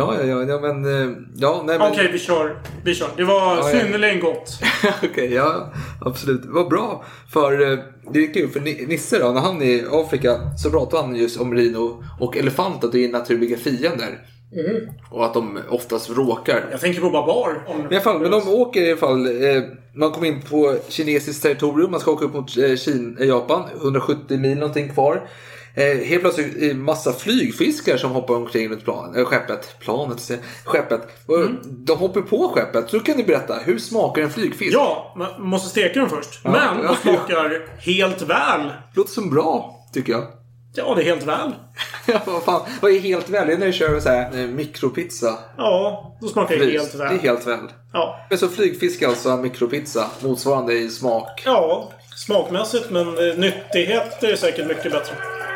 Okej, vi kör. Det var synnerligen gott. Okej, ja, absolut. Det var bra. För det är kul, för Nisse då, när han är i Afrika så pratar han just om rhino och elefant, att det är naturliga fiender. Och att de oftast råkar. Jag tänker på barbar. I alla fall, men de åker i alla fall. Man kommer in på kinesiskt territorium. Man ska åka upp mot Japan. 170 mil någonting kvar. Helt plötsligt är massa flygfiskar som hoppar omkring runt skeppet. Och de hoppar på skeppet. Så kan ni berätta, hur smakar en flygfisk? Ja, man måste steka den först. Men de smakar helt väl. Låter som bra, tycker jag. Ja, det är helt väl. Vad är helt väl? Det är när du kör så här mikropizza. Ja, då smakar det helt väl. Det är helt väl. Ja. Men så flygfisk alltså, mikropizza, motsvarande i smak. Ja, smakmässigt, men nyttighet är säkert mycket bättre.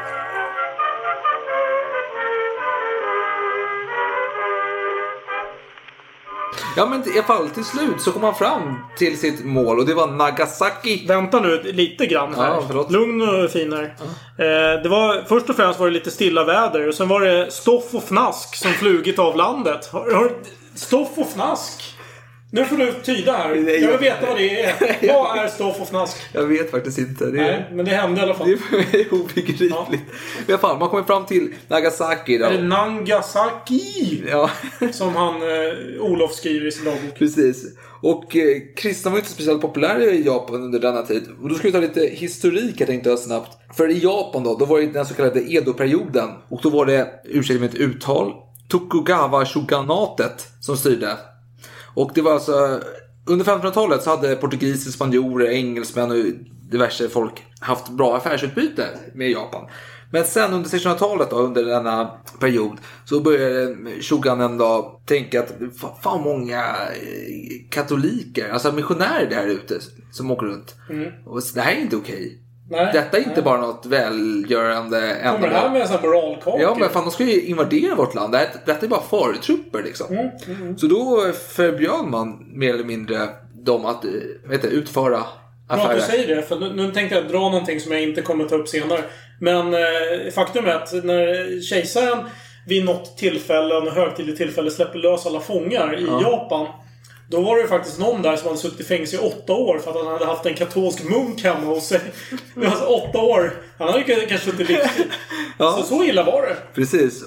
Ja, men i alla fall till slut så kom han fram till sitt mål, och det var Nagasaki. Vänta nu lite grann här. Ja, förlåt. Lugn och fin här. Det var, först och främst var det lite stilla väder. Och sen var det stoff och fnask som flugit av landet. Stoff och fnask? Nu får du tyda här. Jag vill veta vad det är. Vad är stoff och fnask? Jag vet faktiskt inte. Nej, men det hände i alla fall. Det är obegripligt. Ja. I alla fall, man kommer fram till Nagasaki då. Är det Nagasaki? Ja. Som han Olof skriver i sin dagbok. Precis. Och kristna var inte speciellt populära i Japan under denna tid. Och då ska vi ta lite historik, jag tänkte snabbt. För i Japan då var det den så kallade Edo-perioden. Och då var det, ursäkta mitt uttal, Tokugawa-shogunatet som styrde. Och det var alltså, under 1500-talet så hade portugiser, spanjorer, engelsmän och diverse folk haft bra affärsutbyte med Japan. Men sen under 1600-talet då, under denna period, så började shogunen då tänka att fan många katoliker, alltså missionärer där ute som åker runt. Och det här är inte okej. Nej, detta är inte bara något välgörande ändamål. Kommer det här med en sån här moralkaka? Ja, men fan, de ska ju invadera vårt land. Detta är bara faretrupper liksom. Så då förbjöd man mer eller mindre dem att utföra affärer. Bra att du säger det, för nu tänkte jag dra någonting som jag inte kommer ta upp senare. Men faktum är att när kejsaren vid något tillfälle, högtidligt tillfälle, släpper lös alla fångar i Japan, då var det faktiskt någon där som hade suttit i fängelse i 8 år för att han hade haft en katolsk munk hemma hos sig. Alltså 8 år. Han hade kanske suttit livstid. Så illa var det. Precis.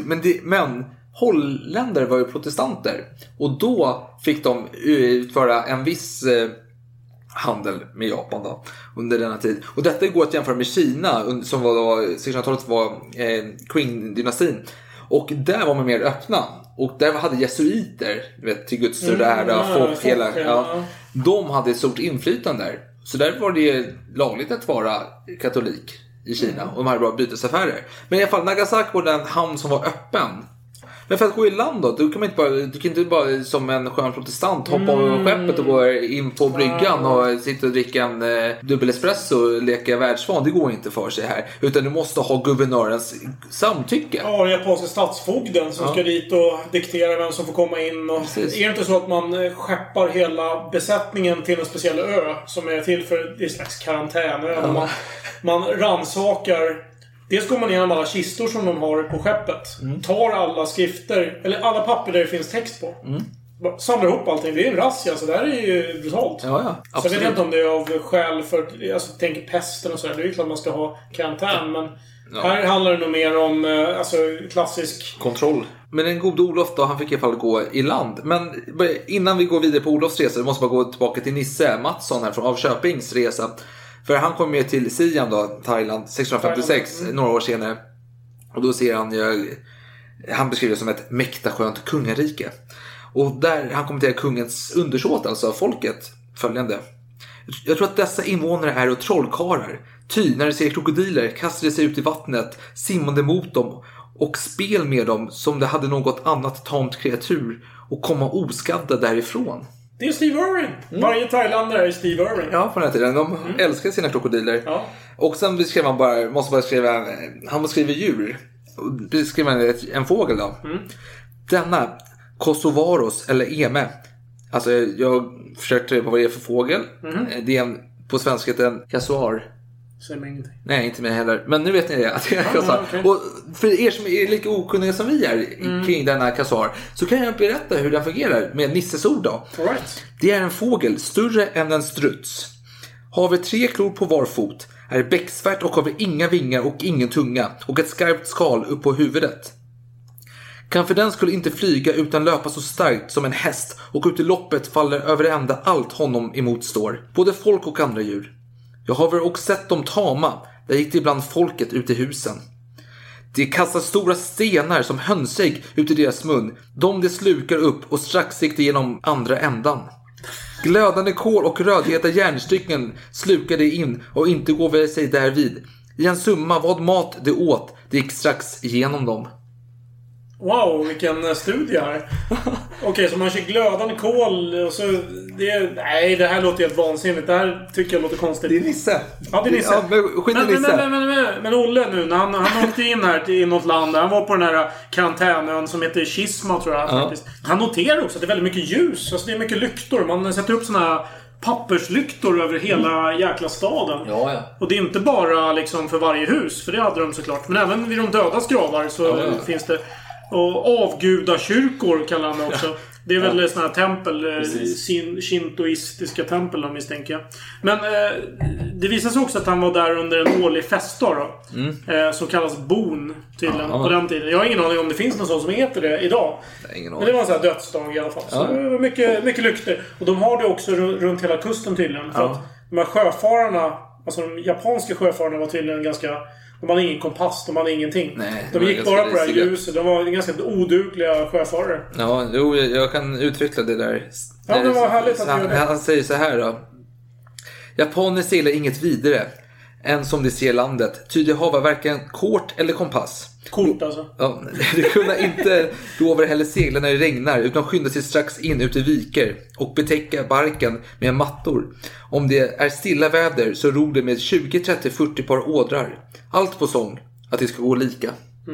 Men holländare var ju protestanter. Och då fick de utföra en viss handel med Japan då, under denna tid. Och detta går att jämföra med Kina, som var då 1600-talet var Qing-dynastin. Och där var man mer öppna. Och där hade jesuiter, till Guds större ära, de hade ett stort inflytande där. Så där var det lagligt att vara katolik i Kina. Och de hade bra bytesaffärer. Men i alla fall, Nagasaki var den hamn som var öppen. Men för att gå i land då, du kan inte bara som en skön protestant hoppa av skeppet och gå in på bryggan och sitta och dricka en dubbel espresso och leka världsvan. Det går inte för sig här. Utan du måste ha guvernörens samtycke. Ja, japanska statsfogden som ska dit och diktera vem som får komma in. Och är det inte så att man skeppar hela besättningen till en speciell ö som är till för det slags karantänö? Man ransakar. Dels går man igenom alla kistor som de har på skeppet. Tar alla skrifter, eller alla papper där det finns text på. Samlar ihop allting. Det är en razzia, så det här är ju brutalt. Ja, så jag vet inte om det är av skäl för, alltså tänk pesten och sådär. Det är ju klart man ska ha karantän, men här handlar det nog mer om klassisk kontroll. Men en god Olof då, han fick i alla fall gå i land. Men innan vi går vidare på Olofs resa, så måste man gå tillbaka till Nisse Mattsson här från Köpings resa. För han kom med till Siam då, Thailand, 1656, några år senare. Och då ser han beskriver det som ett mäkta skönt kungarike. Och där han kommenterar kungens undersåt, alltså folket, följande. Jag tror att dessa invånare är trollkarlar. Ty när de ser krokodiler kastar de sig ut i vattnet, simmande mot dem och spel med dem som det hade något annat tamt kreatur och komma oskadda därifrån. Det är Steve Irwin. Varje thailändare är Steve Irwin. Ja, på den här tiden. De älskar sina krokodiler. Ja. Och sen beskrev han han beskriver djur. Beskriver han en fågel då. Denna Kosovaros eller eme. Alltså jag försökte på vad det är för fågel. Det är på svenska en kasuar. Säger mig ingenting. Nej, inte mig heller. Men nu vet ni det. Att det är en kassar. Okay. Och för er som är lika okunniga som vi är kring denna kassar, så kan jag berätta hur den fungerar med Nisses ord då. All right. Det är en fågel större än en struts. Har 3 klor på var fot. Är becksvart och har inga vingar och ingen tunga. Och ett skarpt skal upp på huvudet. Kan för den skulle inte flyga utan löpa så starkt som en häst. Och ut i loppet faller över ända allt honom emot står. Både folk och andra djur. Jag har väl också sett dem tama. Där gick det ibland folket ut i husen. De kastar stora stenar som hönsägg ut i deras mun. De slukar upp och strax gick det genom andra ändan. Glödande kol och rödheta järnstycken slukade in och inte går sig därvid. I en summa vad mat det åt, det gick strax igenom dem. Wow, vilken studie här. Okej, så man kör glödande kol och så... Nej, det här låter helt vansinnigt. Det här tycker jag låter konstigt. Det är Nisse. Ja, det är Nisse. Ja, men Olle nu, när han åkte in här till något land. Han var på den här karantänön som heter Kisma, tror jag. Faktiskt. Han noterar också att det är väldigt mycket ljus. Alltså det är mycket lyktor. Man sätter upp såna här papperslyktor över hela jäkla staden. Ja. Och det är inte bara liksom för varje hus, för det hade de såklart. Men även vid de dödas gravar så finns det... Och avgudakyrkor kallar han också. Det är väl sådana här tempel, shintoistiska tempel misstänker jag. Men det visar sig också att han var där under en årlig festdag då. Som kallas bon tydligen på den tiden. Jag har ingen aning om det finns någon sån som heter det idag. Men det var en sån här dödsdag i alla fall. Så det var mycket lykter. Och de har det också runt hela kusten tydligen. För att de här sjöfararna, alltså de japanska sjöfararna var tydligen ganska... De hade ingen kompass, de hade ingenting. Nej, de gick bara på det här ljuset. De var ganska odugliga sjöfarare. Ja, jag kan utveckla det där. Ja, det var härligt att göra det. Han säger så här då. Japaner seglar inget vidare än som de ser landet. Ty de har varken kort eller kompass. Kort alltså. Ja, de kunde inte då över heller segla när det regnar, utan skynda sig strax in ut i viker och betäcka barken med mattor. Om det är stilla väder så ror det med 20, 30, 40 par ådrar. Allt på sång att det ska gå lika.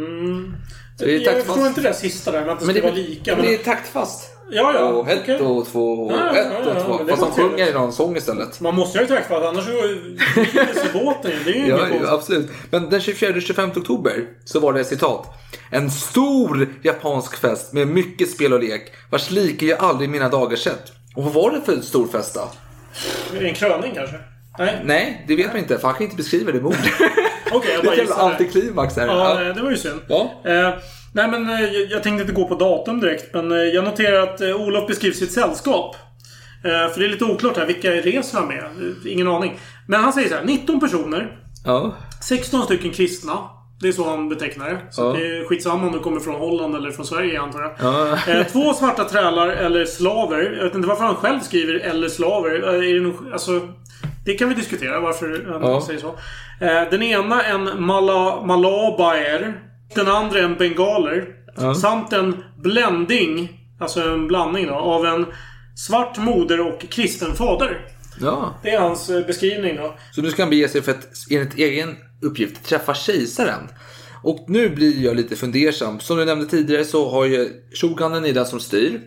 Jag förstår inte det sista där, att det ska vara lika. Men det är taktfast. Ja. Och ett och två, ett och två. Fast de sjunger i någon sång istället. Man måste ju ha taktfast, annars så är båten. Det är ju ja, absolut. Men den 24-25 oktober så var det citat. En stor japansk fest med mycket spel och lek, vars like jag aldrig i mina dagar sett. Och vad var det för en stor fest då? En kröning kanske? Nej, det vet man inte. För han kan inte beskriva det med ord. Okej, jag bara det är antiklimax här. Ja, det var ju synd. Ja. Nej, men jag tänkte inte gå på datum direkt. Men jag noterar att Olof beskriver sitt sällskap. För det är lite oklart här. Vilka reser han med? Ingen aning. Men han säger så här. 19 personer. 16 stycken kristna. Det är så han betecknar det. Så det är skitsamma om du kommer från Holland eller från Sverige, antar jag. 2 svarta trälar eller slaver. Jag vet inte varför han själv skriver eller slaver. Är det nog, alltså, det kan vi diskutera varför han säger så. Den ena en malabaer. Den andra en bengaler. Samt en blending, alltså en blandning då, av en svart moder och kristen fader. Ja. Det är hans beskrivning då. Så nu ska han bege sig för att enligt egen uppgift träffa kejsaren. Och nu blir jag lite fundersam. Som du nämnde tidigare så har ju shogunen i den som styr.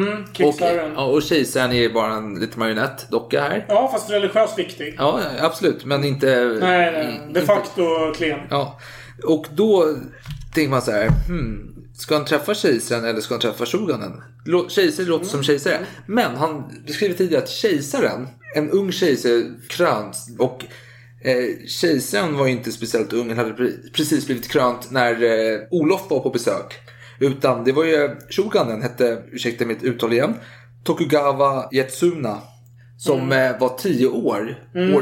Och kejsaren är bara en lite marionettdocka här. Ja, fast religiöst viktig. Ja, absolut. Men inte... Nej. De facto klen. Ja. Och då tänker man så här... Ska han träffa kejsaren eller ska han träffa shogunen? Kejsaren låter som kejsare. Men han beskriver tidigare att kejsaren, en ung kejsare, krönt. Och kejsaren var inte speciellt ung. Han hade precis blivit krönt när Olof var på besök. Utan det var ju shogunen, hette, ursäkta mitt uttal igen, Tokugawa Ietsuna. Som var 10 år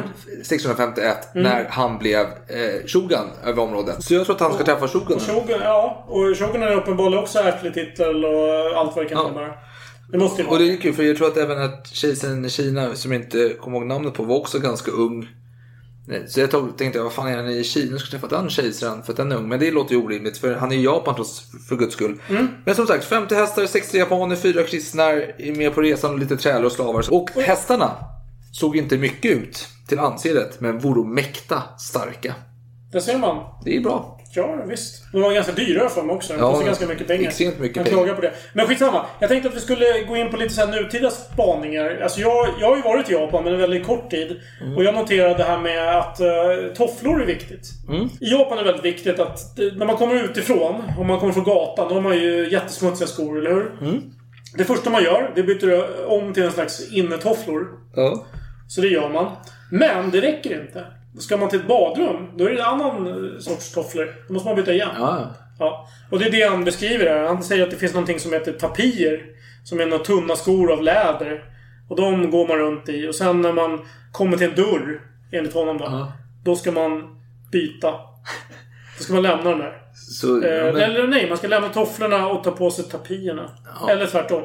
1651 när han blev shogun över området. Så jag tror att han ska träffa shogunen. Och shogunen är uppenbarligen också ärftlig titel och allt vad det kan vara. Det måste ju vara. Och det är kul, för jag tror att även att kejsaren i Kina, som jag inte kommer ihåg namnet på, var också ganska ung. Så jag tänkte, vad fan är han i Kina? Jag ska träffa den kejsaren för att den är ung. Men det låter ju orimligt, för han är i Japan för guds skull. Men som sagt, 50 hästar, 60 japaner, 4 kristna är med på resan och lite trälar och slavar. Och hästarna såg inte mycket ut till anseendet, men vore mäkta starka. Det ser man. Det är bra. Ja, visst. De var ganska dyra för mig också. De kostar ganska mycket pengar. Extremt mycket pengar. Klagar på det. Men skitsamma. Jag tänkte att vi skulle gå in på lite så här nutida spaningar. Alltså jag har ju varit i Japan men en väldigt kort tid. Och jag noterade det här med att tofflor är viktigt. I Japan är det väldigt viktigt att när man kommer utifrån, om man kommer från gatan, då har man ju jättesmutsiga skor, eller hur? Det första man gör, det byter om till en slags innetofflor. Ja. Så det gör man. Men det räcker inte. Ska man till ett badrum, då är det en annan sorts tofflor. Då måste man byta igen. Ja. Och det är det han beskriver här. Han säger att det finns någonting som heter tapier. Som är några tunna skor av läder. Och de går man runt i. Och sen när man kommer till en dörr, enligt honom då, då ska man byta. Då ska man lämna den där. Så, eller nej, man ska lämna tofflorna och ta på sig tapierna. Eller tvärtom.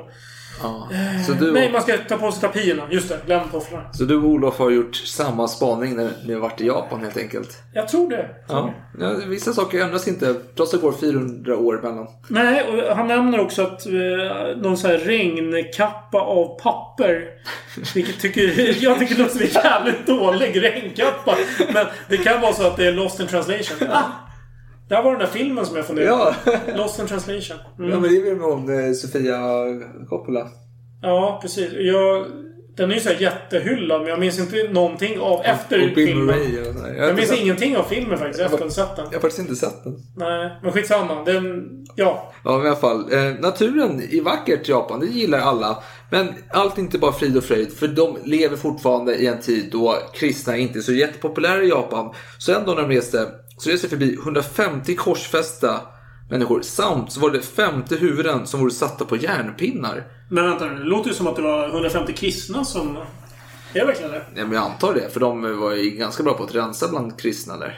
Så du, nej, man ska ta på sig tapierna. Just det, lämna tofflorna. Så du och Olof har gjort samma spaning när ni har varit i Japan helt enkelt? Jag tror det. Ja, vissa saker ändras inte. Trots att det går 400 år mellan. Nej, och han nämner också att någon så här regnkappa av papper. Vilket jag tycker det låter en jävligt dålig regnkappa. Men det kan vara så att det är lost in translation. Det här var den där filmen som jag funderade på. Lost in translation. Ja, men det är väl med om Sofia Coppola. Ja, precis. Den är ju så här jättehyllad, men jag minns inte någonting av efter och Bill filmen. Murray, jag minns ingenting av filmen faktiskt efter att ha sett den. Jag har faktiskt inte sett den. Nej, men skitsamma. Ja, men i alla fall. Naturen är vackert i Japan, det gillar alla. Men allt är inte bara frid och fröjd. För de lever fortfarande i en tid då kristna inte är så jättepopulära i Japan. Så ändå när de reste förbi 150 korsfästa människor. Samt så var det 50 huvuden som vore satta på järnpinnar. Men vänta, det låter ju som att det var 150 kristna som... Är det verkligen det? Ja, men jag antar det. För de var ju ganska bra på att rensa bland kristna där.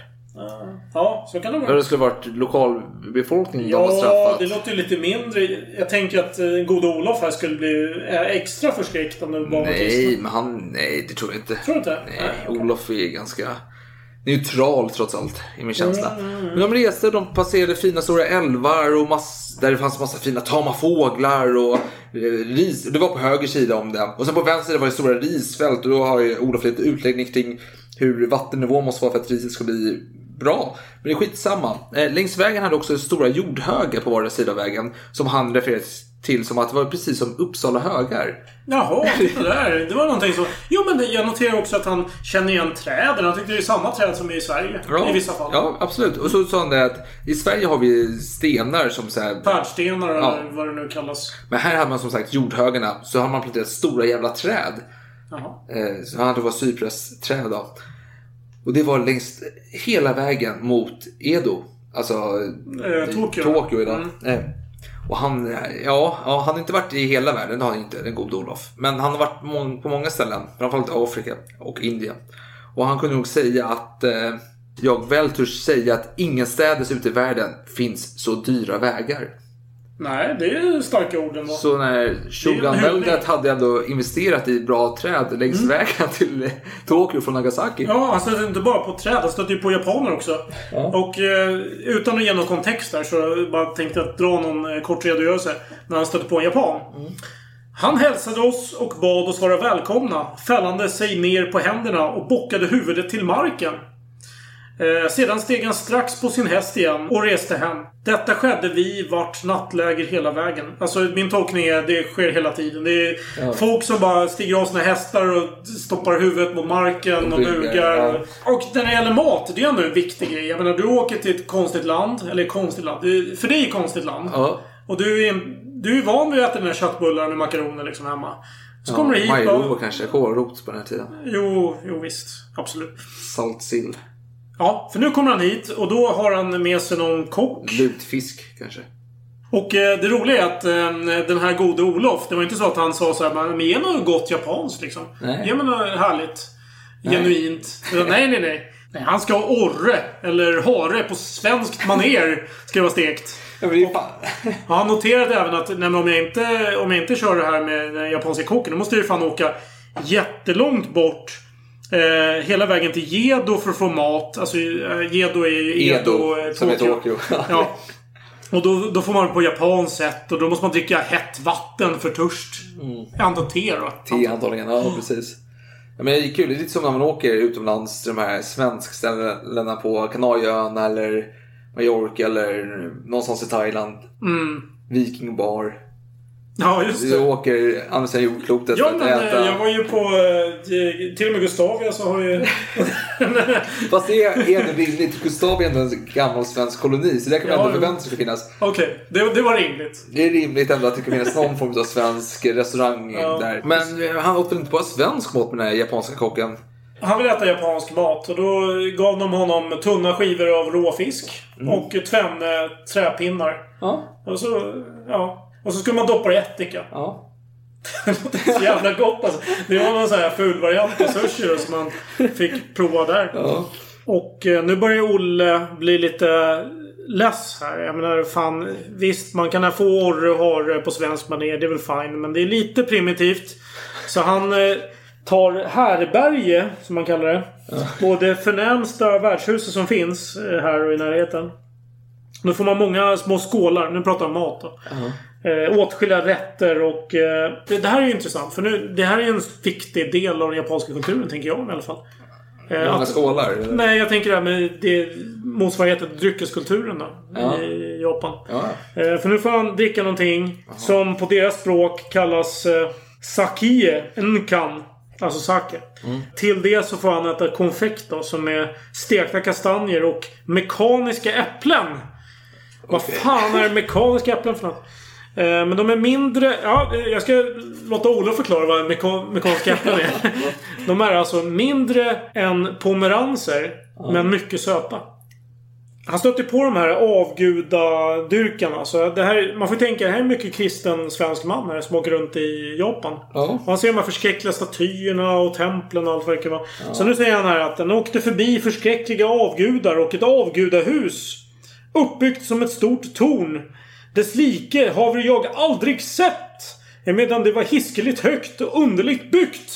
Ja, så kan det vara. Ja, det skulle varit lokalbefolkning de var straffat. Ja, det låter ju lite mindre. Jag tänker att god Olof här skulle bli extra förskräckt om det bara var kristna. Nej, det tror jag inte. Tror du inte? Nej, okay. Olof är ganska neutral trots allt i min känsla. Men de reste, de passerade fina stora älvar och där det fanns massa fina tama fåglar och ris. Det var på höger sida om det. Och sen på vänster sida var det stora risfält och då har ju Olof lite utläggning kring hur vattennivån måste vara för att riset ska bli bra. Men det är skitsamma. Längs vägen hade också stora jordhögar på vardera sida av vägen som han refererade till som att det var precis som Uppsala högar. Jaha, det var någonting så. Jo, men jag noterar också att han känner igen träden. Han tyckte det är samma träd som är i Sverige i vissa fall. Ja, absolut. Och så sa han det att i Sverige har vi stenar som så här... Färdstenar eller vad det nu kallas. Men här hade man som sagt jordhögarna. Så har man planterat stora jävla träd. Jaha. Så han hade var cypressträd då. Och det var längs hela vägen mot Edo. Alltså Tokyo idag. Och han har inte varit i hela världen, det har han inte, den god Olof. Men han har varit på många ställen, framförallt Afrika och Indien. Och han kunde nog säga att jag väl törs säga att ingen städes ute i världen finns så dyra vägar. Nej, det är starka orden. Så när Shogunväldet hade ändå investerat i bra träd längs vägen till Tokyo från Nagasaki. Ja, han stötte inte bara på träd, han stötte ju på japaner också. Ja. Och utan att ge någon kontext där så bara tänkte jag dra någon kort redogörelse när han stötte på en japan. Han hälsade oss och bad oss vara välkomna, fällande sig ner på händerna och bockade huvudet till marken. Sedan steg han strax på sin häst igen och reste hem. Detta skedde vid vart nattläger hela vägen. Alltså min tolkning är det sker hela tiden. Det är folk som bara stiger av sina hästar och stoppar huvudet mot marken och bugar. Ja. Och när det gäller mat, det är ändå en viktig grej. Jag menar, du åker till ett konstigt land. Eller konstigt land. För det är ett konstigt land. Ja. Och du är van vid att äta den här köttbullar med makaroner liksom hemma. Så kommer du hit. Majro kanske, kålrot på den här tiden. Jo visst. Absolut. Saltsill. Ja, för nu kommer han hit och då har han med sig någon kock. Lutfisk kanske. Och det roliga är att den här gode Olof, det var inte så att han sa så här, men ge något gott japanskt liksom. Nej. Ge mig något härligt, genuint. Nej. Han ska ha orre eller hare på svenskt maner ska det vara stekt. Och han noterade även att om jag inte kör det här med den japanska kocken, då måste jag ju fan åka jättelångt bort. Hela vägen till Gedo för att få mat. Alltså Gedo är ju Edo Tokyo. Ja. Och då får man på japanskt sätt. Och då måste man dricka hett vatten för törst. Jag antar te då. Te antagligen, ja precis. Ja, men det är kul, det är lite som när man åker utomlands till de här svenskställena på Kanarieöarna eller Mallorca eller någonstans i Thailand. Vikingbar. Ja, just det. Du åker andra sidan jordklotet för att äta. Jag var ju på till och med Gustavia så har ju... Fast det är det rimligt. Gustavia är en gammal svensk koloni, så det kan man ändå förvänta sig finnas. Okej, det var rimligt. Det är rimligt ändå att det kan finnas någon form av svensk restaurang där. Men han åt väl inte bara svensk mat med den här japanska kocken? Han ville äta japansk mat och då gav de honom tunna skivor av råfisk och tvenne träpinnar. Och så skulle man doppa i ättika. Ja. Det låter så jävla gott alltså. Det var någon sån här ful variant på sushi då, som man fick prova där. Ja. Och nu börjar Olle bli lite less här. Jag menar fan, visst man kan få orre och hare på svensk manér, det är väl fine. Men det är lite primitivt. Så han tar Härberge, som man kallar det. Både förnämsta värdshuset som finns här och i närheten. Nu får man många små skålar. Nu pratar jag om mat då. Åtskilliga rätter och det här är ju intressant. För nu, det här är en viktig del av den japanska kulturen, tänker jag i alla fall. Många skålar? Eller? Nej, jag tänker det här med det motsvarigheten till dryckeskulturen då, i Japan. För nu får han dricka någonting som på deras språk kallas sakie, nkan. Alltså sake. Till det så får han äta konfekt då, som är stekta kastanjer och mekaniska äpplen. Vad fan är mekaniska äpplen för något? Men de är mindre... Ja, jag ska låta Olof förklara vad mekaniska äpplen är. De är alltså mindre än pomeranser, men mycket söta. Han stötte på de här avgudadyrkarna. Så det här, man får tänka, det här är mycket kristen svensk man här som åker runt i Japan. Och han ser de här förskräckliga statyerna och templen och allt vad det kan vara. Så nu säger han här att den åkte förbi förskräckliga avgudar och ett avgudahus uppbyggt som ett stort torn. Dess like har jag aldrig sett. Medan det var hiskeligt högt och underligt byggt.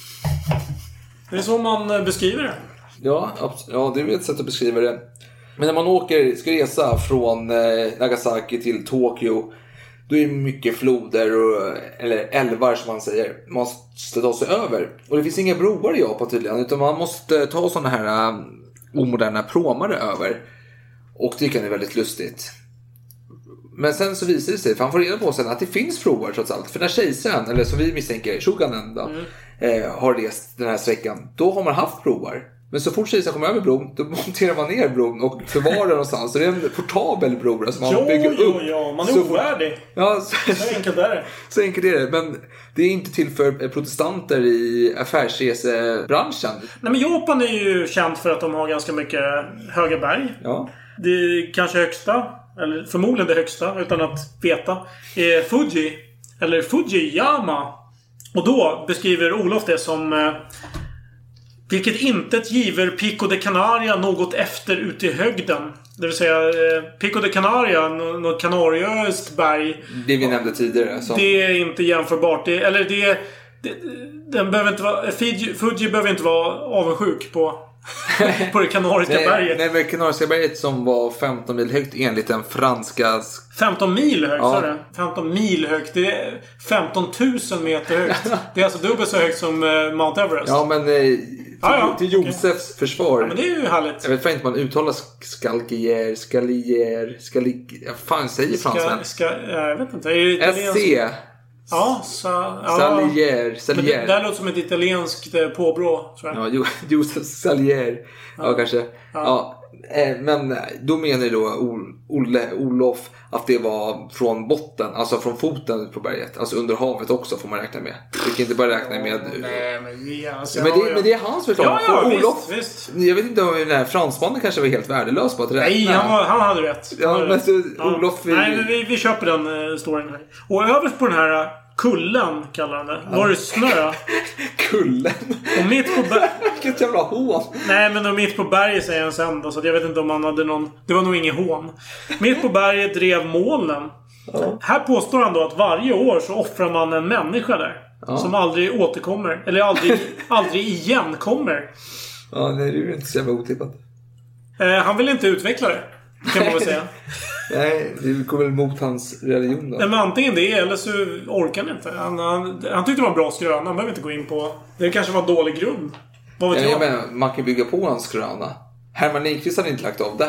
Det är så man beskriver det. Ja, det är ett sätt att beskriva det. Men när man ska resa från Nagasaki till Tokyo, då är det mycket floder eller älvar som man säger. Man måste ta sig över. Och det finns inga broar i Japan tydligen, utan man måste ta sådana här omoderna pråmare över. Och det kan är väldigt lustigt. Men sen så visar det sig, för han får reda på sen att det finns provar trots allt. För när kejsaren, eller som vi misstänker, Shogunen då, har rest den här sträckan, då har man haft provar. Men så fort kejsaren kommer över bron, då monterar man ner bron och förvarar någonstans. Så det är en portabel bro som man bygger upp. Ja, man är ovärdig. Ja, så enkelt är det. Så enkelt är det, men det är inte till för protestanter i affärsresebranschen. Nej, men Japan är ju känt för att de har ganska mycket höga berg. Ja. Det är kanske högsta, eller förmodligen det högsta, utan att veta, är Fuji, eller Fujiyama. Och då beskriver Olof det som vilket intet giver Pico de Canaria något efter ute i högden. Det vill säga Pico de Canaria, något kanarieöst berg. Det vi nämnde tidigare. Så. Det är inte jämförbart. Den behöver inte vara, Fuji behöver inte vara avundsjuk på det kanariska berget. Nej, men kanariska berget som var 15 mil högt enligt den franska... 15 mil högt, sa det? 15 mil högt. Det är 15 000 meter högt. Det är alltså dubbelt så högt som Mount Everest. Ja, men till Josefs försvar. Ja, men det är ju härligt. Jag vet fan inte man uttalar skalier. Jag fan säger fransmän. Jag vet inte. SC. Ja, Salier. Men det där låter som ett italienskt påbrå, tror jag. Ja, Josef Salier. Ja, kanske. Ja. Men då menar då Olof att det var från botten, alltså från foten på berget, alltså under havet också får man räkna med. Vi kan inte bara räkna med. Nej, men det är hans förslag. Ja, Olof, jag vet inte om den här fransmannen kanske var helt värdelös på att räkna. Nej, han hade rätt. Olof. Nej, men vi köper den storyn här. Och överst på den här kullen kallar han det. Var det snö? Kullen? Och mitt på vilket jävla hån. Nej, men mitt på berget säger han sen då, så jag vet inte om han hade någon. Det var nog ingen hån. Mitt på berget drev molnen. Här påstår han då att varje år så offrar man en människa där. Som aldrig återkommer. Eller aldrig igen kommer. Ja, nej, det är ju inte så jävla otippat. Han vill inte utveckla det, kan man väl säga. Nej, det går väl mot hans religion då. Nej, men antingen det eller så orkar han inte. Han tyckte det var en bra skröna. Han behöver inte gå in på... Det kanske var en dålig grund. Vad vet jag? Men man kan bygga på hans skröna. Herman Lindqvist hade inte lagt av där.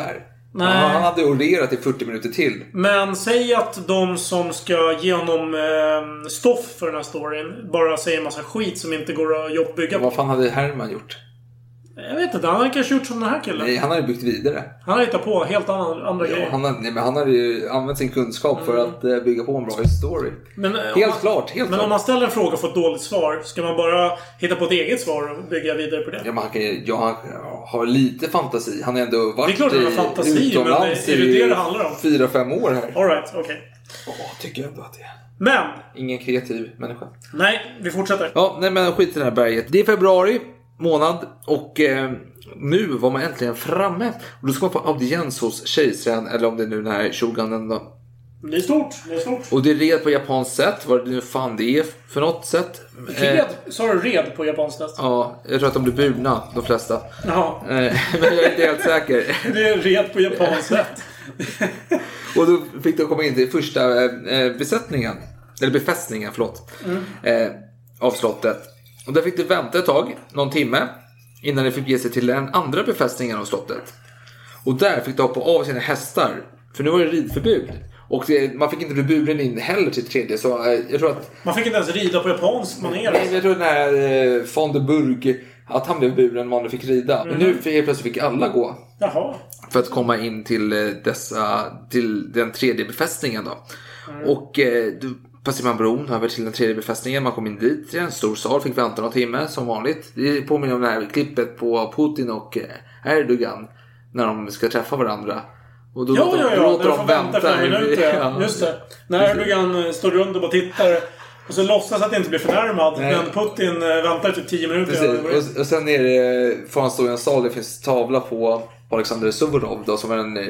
Nej. Han hade orerat i 40 minuter till. Men säg att de som ska ge honom stoff för den här storyn bara säger en massa skit som inte går att bygga på. Vad fan hade Herman gjort? Jag vet inte, han hade kanske gjort som den här killen. Nej, han hade byggt vidare. Han hade hittat på helt andra grejer. Han hade ju använt sin kunskap för att bygga på en bra story. Men, helt klart. Om man ställer en fråga och får ett dåligt svar, ska man bara hitta på ett eget svar och bygga vidare på det? Ja, men han har lite fantasi. Han har ändå varit utomlands i det handlar om? 4-5 år här. All right, okej. Tycker jag ändå att det är. Men! Ingen kreativ människa. Nej, vi fortsätter. Ja, nej men skit i det här berget. Det är februari månad och nu var man äntligen framme. Och då ska man få audiens hos kejsaren, eller om det är nu den här shogunen då. Det är stort. Och det är red på japanskt sätt. Vad det nu fan det är för något sätt. Sa du red på japanskt sätt? Ja, jag tror att de blir burna, de flesta. Jaha. Men jag är inte helt säker. Det är red på japanskt sätt. Och då fick de komma in till första besättningen. Eller befästningen, förlåt. Av slottet. Och där fick de vänta ett tag, någon timme, innan de fick ge sig till den andra befästningen av slottet. Och där fick de hoppa av sina hästar. För nu var det ridförbud. Och man fick inte bli buren in heller till tredje. Så jag tror att... Man fick inte ens rida på japansk manér. Nej, jag tror den här von der Burg, att han blev buren man fick rida. Men nu plötsligt fick alla gå. Jaha. För att komma in till till den tredje befästningen då. Och då passerar man bron över till den tredje befästningen. Man kom in dit i en stor sal, fick vänta några timmar som vanligt. Det påminner om det här klippet på Putin och Erdogan när de ska träffa varandra. Och då låter de vänta 5 minuter. Ja. Just det. När Erdogan står runt och bara tittar och så låtsas att det inte blir förnärmad. Nej. Men Putin väntar typ 10 minuter. Precis. Och sen är det, får han stå i en sal, det finns tavla på Alexander Suvorov då, som är en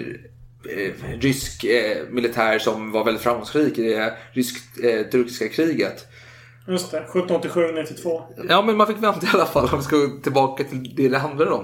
rysk militär som var väldigt framgångsrik i det rysk-turkiska kriget. Just det, 1787-92. Ja, men man fick vänta i alla fall om vi ska gå tillbaka till det handlar om.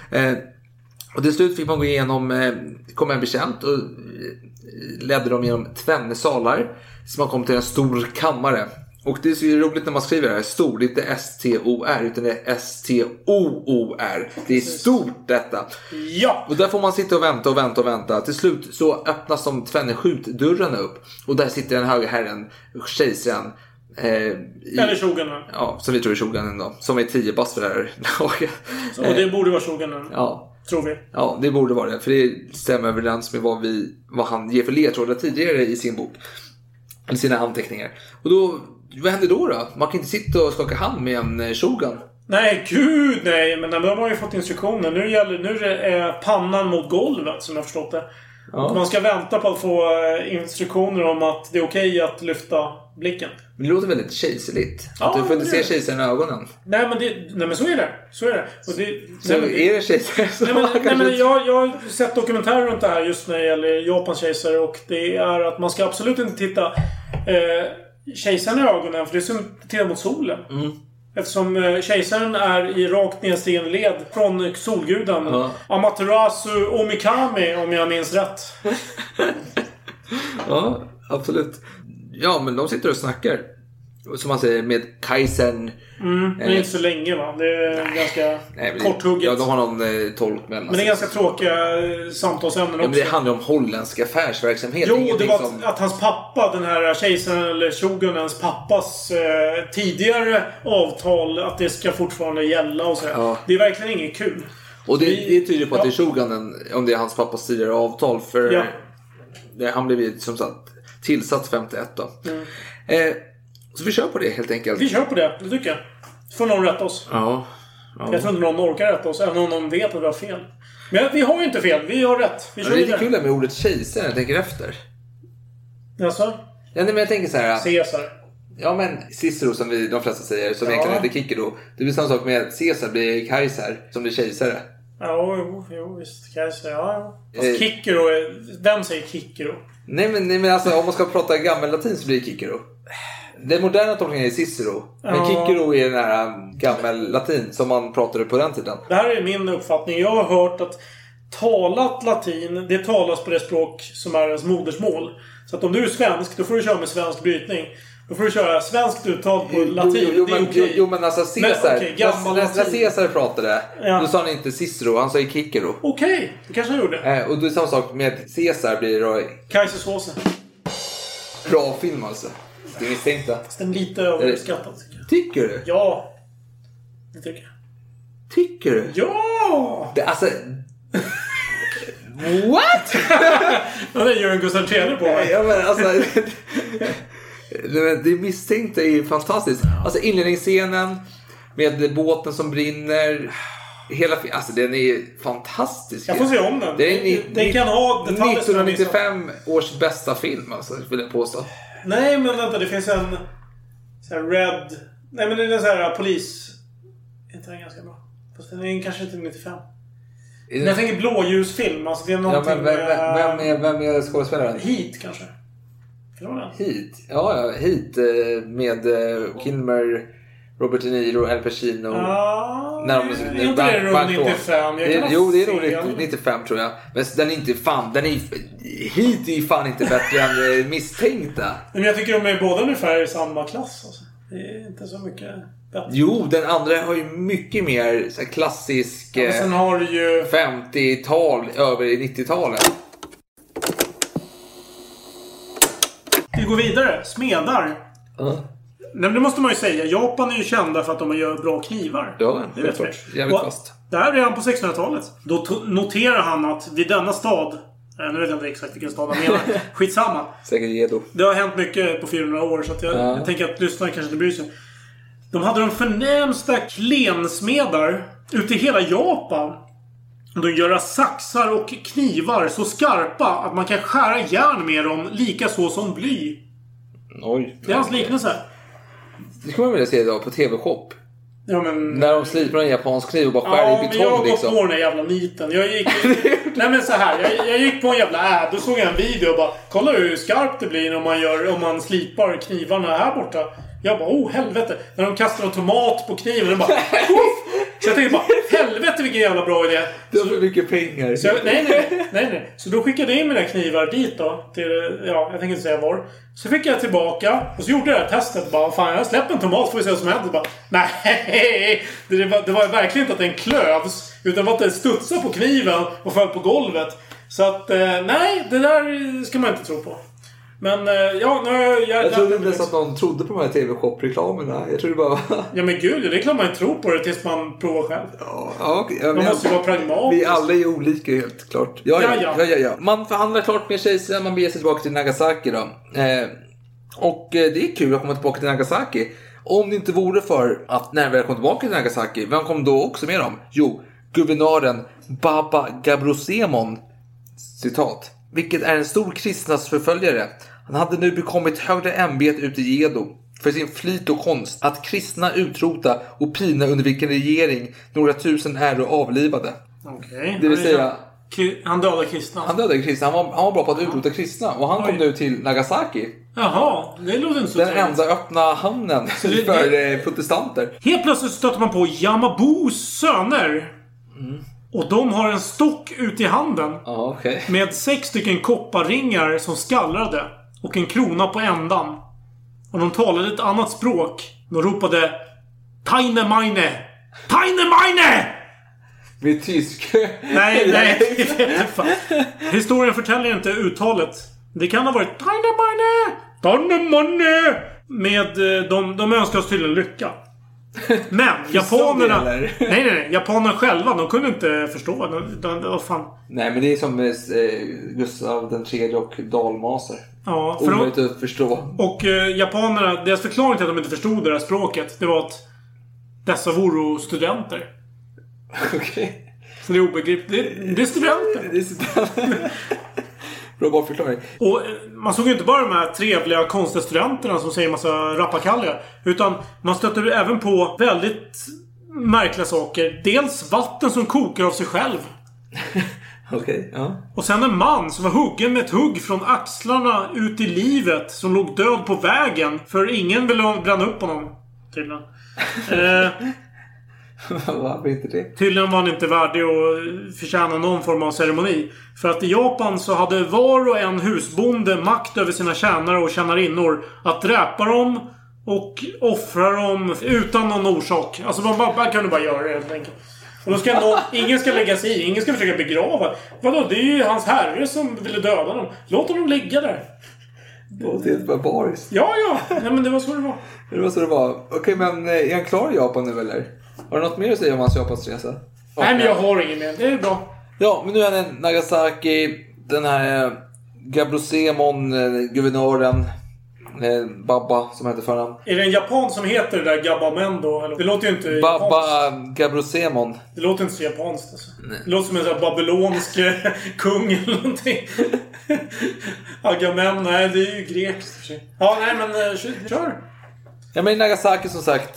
Och till slut fick man gå igenom, kom en betjänt och ledde dem genom tvännesalar. Så man kom till en stor kammare. Och det är så roligt när man skriver det här. Stor, det är inte S-T-O-R utan det är S-T-O-O-R. Det är stort detta. Ja! Och där får man sitta och vänta. Till slut så öppnas de tvenneskjutdörrarna upp. Och där sitter den höga herren, kejsaren. Eller shogunen. Ja, som vi tror är shogunen då. Som är 10 bast för det här laget. Och det borde vara shogunen. Ja. Tror vi. Ja, det borde vara det. För det stämmer överens med vad han ger för ledtrådar tidigare i sin bok. Eller sina anteckningar. Och då, vad händer då? Man kan inte sitta och skaka hand med en shogun. Nej, gud nej. Men de har ju fått instruktioner. Nu är det pannan mot golvet som jag förstått det. Ja. Man ska vänta på att få instruktioner om att det är okej att lyfta blicken. Men det låter väldigt kejserligt. Att du får inte se kejsaren i ögonen. Nej men så är det. Och är det kejsaren? Nej men jag har sett dokumentärer runt det här just när det gäller Japans kejsare. Och det är att man ska absolut inte titta kejsaren i ögonen. För det är som att titta mot solen. Eftersom kejsaren är i rakt nedstigande led från solguden. Amaterasu Omikami, om jag minns rätt. Ja, absolut. Ja, men de sitter och snackar. Som man säger, med kejsaren. Men inte så länge va? Det är ganska korthugget. Ja, de har någon tolk mellan. Men det är ganska tråkiga samtalsämnen också. Men det handlar om holländsk affärsverksamhet. Jo, det var att hans pappa, den här kejsaren eller shogunens pappas tidigare avtal, att det ska fortfarande gälla och så. Ja. Det är verkligen inget kul. Och det tyder på att det är shogunen, om det är hans pappas tidigare avtal. För han blev som sagt tillsatt 51 då. Så vi kör på det helt enkelt. Vi kör på det tycker jag. Så får någon rätta oss. Ja. Jag tror inte någon orkar rätta oss, även om någon vet att vi har fel. Men vi har ju inte fel, vi har rätt. Vi kör det är lite kul med ordet kejsare, jag tänker efter. Jaså? Ja, men jag tänker så här. Caesar. Ja, men Cicero som de flesta säger, som egentligen heter Kikero. Det blir samma sak med Caesar blir kejsar, som blir kejsare. Ja, jo visst. Kejsar, ja. Fast Kikero, vem säger Kikero? Nej men alltså, om man ska prata gammal latin så blir det Kikero. Den moderna tolkningen är Cicero. Men Kikero är den här gammal latin som man pratade på den tiden. Det här är min uppfattning. Jag har hört att talat latin, det talas på det språk som är ens modersmål. Så att om du är svensk, då får du köra med svensk brytning. Då får du köra svenskt uttal på latin. Jo, men alltså Caesar. När Caesar pratade, då sa han inte Cicero, han sa ju Cicero. Okej, det kanske han gjorde. Och det är samma sak med Caesar blir det då... Kaisersåse. Bra film alltså. Det visste jag inte. Den är lite överskattad. Tycker du? Ja, det tycker jag. Tycker du? Ja! Det, alltså... What? Ja, det gör en Gustav III på mig. Ja, men alltså... Det misstänkta är ju fantastiskt. Alltså inledningsscenen med båten som brinner. Hela alltså den är fantastisk. Jag får se om den. Den kan ha 1995 års bästa film alltså, vill jag påstå. Nej, men vänta, det finns en så här Red. Nej, men det är en så här polis. Inte den ganska bra. Fast den är kanske inte 95. Men jag tänker blåljusfilm, alltså det är någonting. Ja, men vem är skådespelaren? Heat kanske. Heat. Ja, Heat med Kilmer, Robert De Niro, Al Pacino. När de är inte det runt 95? Jo, det är nog 95 tror jag. Men den är inte fan, Heat är ju fan inte bättre än Misstänkta. Men jag tycker de är båda ungefär i samma klass alltså. Det är inte så mycket bättre. Jo, den andra har ju mycket mer så här klassisk sen har du ju 50-tal över i 90-talet. Vi går vidare. Smedar. Nej, men det måste man ju säga. Japan är ju kända för att de gör bra knivar. Ja, det vet vi. Jävligt fast. Det här är redan på 1600-talet. Då noterar han att vid denna stad... nu vet jag inte exakt vilken stad han menar. Skitsamma. Säkert Gedo. Det har hänt mycket på 400 år. Så att jag tänker att lyssnarna kanske inte bryr sig. De hade de förnämsta klensmedar ute i hela Japan. De gör saxar och knivar så skarpa att man kan skära järn med dem lika så som bly. Oj. Det är hans liknelse. Det kan man vilja se idag på TV-shop. Ja, men... När de sliter en japansk kniv och bara skär i betong. Jag har liksom. gått på den här jävla niten. Nej, men så här. Jag gick på en jävla då såg jag en video och bara, kolla hur skarpt det blir om man slipar knivarna här borta. Jag bara, helvete. När de kastar en tomat på kniven och bara, så jag tänkte bara, helvete vilken jävla bra idé. Det var för mycket pengar. Så nej. Så då skickade jag in mina knivar dit då. Jag tänker inte säga var. Så fick jag tillbaka. Och så gjorde jag testet. Bara, fan, jag släpper en tomat får vi se vad som händer. Bara, nej. Det var verkligen inte att den klövs. Utan att den studsade på kniven och föll på golvet. Så att, nej. Det där ska man inte tro på. Men jag trodde inte ens att någon trodde på de här TV-shop-reklamerna. Jag trodde bara... Ja, men gud, det är klart man inte tror på det tills man provar själv. Ja, man måste ju vara pragmatisk. Vi alla är olika, helt klart. Ja. Man förhandlar klart med kejsaren. Man beger sig tillbaka till Nagasaki då. Och det är kul att komma tillbaka till Nagasaki. Om det inte vore för att när vi kom tillbaka till Nagasaki, vem kom då också med dem? Jo, guvernören Baba Gabrosemon. Citat. Vilket är en stor kristnas förföljare. Han hade nu bekommit högre ämbete ute i Gedo för sin flit och konst att kristna utrota och pina under vilken regering några tusen äro avlivade. Okej. Det vill säga... Han dödade kristna. Han var bra på att utrota kristna. Och han kom nu till Nagasaki. Jaha, det låter inte så den enda öppna hamnen för protestanter. Helt plötsligt stöter man på Yamabus söner. Och de har en stock ute i handen. Med 6 stycken kopparringar som skallrade. Och en krona på ändan. Och de talade ett annat språk. De ropade Taine meine! Taine meine! Med tysk. Nej. Historien förtäljer inte uttalet. Det kan ha varit Taine meine! Taine meine! Med de önskar oss tydligen lycka. Men japanerna... Nej. Japanerna själva, de kunde inte förstå. Vad fan? Nej, men det är som Gustav den tredje och dalmaser. Ja, omöjligt att förstå. Och japanerna, deras förklaring till att de inte förstod det här språket, det var att dessa vore studenter. Okej. Så det är obegripligt. Det är studenter. Bra förklaring. Och man såg ju inte bara de här trevliga konstiga studenterna som säger massa rappakalja. Utan man stötte även på väldigt märkliga saker. Dels vatten som kokar av sig själv. Okej, ja. Och sen en man som var huggen med ett hugg från axlarna ut i livet. Som låg död på vägen. För ingen ville bränna upp honom. Tydligen. Varför inte det? Tydligen var han inte värdig att förtjäna någon form av ceremoni. För att i Japan så hade var och en husbonde makt över sina tjänare och tjänarinnor att dräpa dem och offra dem utan någon orsak. Alltså man kan du bara göra det helt enkelt. Och då ska ingen ska lägga sig i. Ingen ska försöka begrava. Vadå? Det är ju hans herre som ville döda dem. Låt dem ligga där. Det är barbariskt. Ja. Nej, men det var så det var. Det var så det var. Okej, men är han klar i Japan nu eller? Har du något mer att säga om hans Japansresa? Nej, men jag har ingen mer. Det är bra. Ja, men nu är det Nagasaki. Den här Gabrosemon, guvernören. Baba som heter förnamn. Är det en japan som heter det där Gabamen då? Eller? Det låter ju inte Baba Gabrosemon. Det låter inte så japanskt alltså. Det låter som en sån här babylonsk kung eller någonting. Agamemnon, nej det är ju grekiskt för sig. Ja, nej men kör. Ja, men Nagasaki som sagt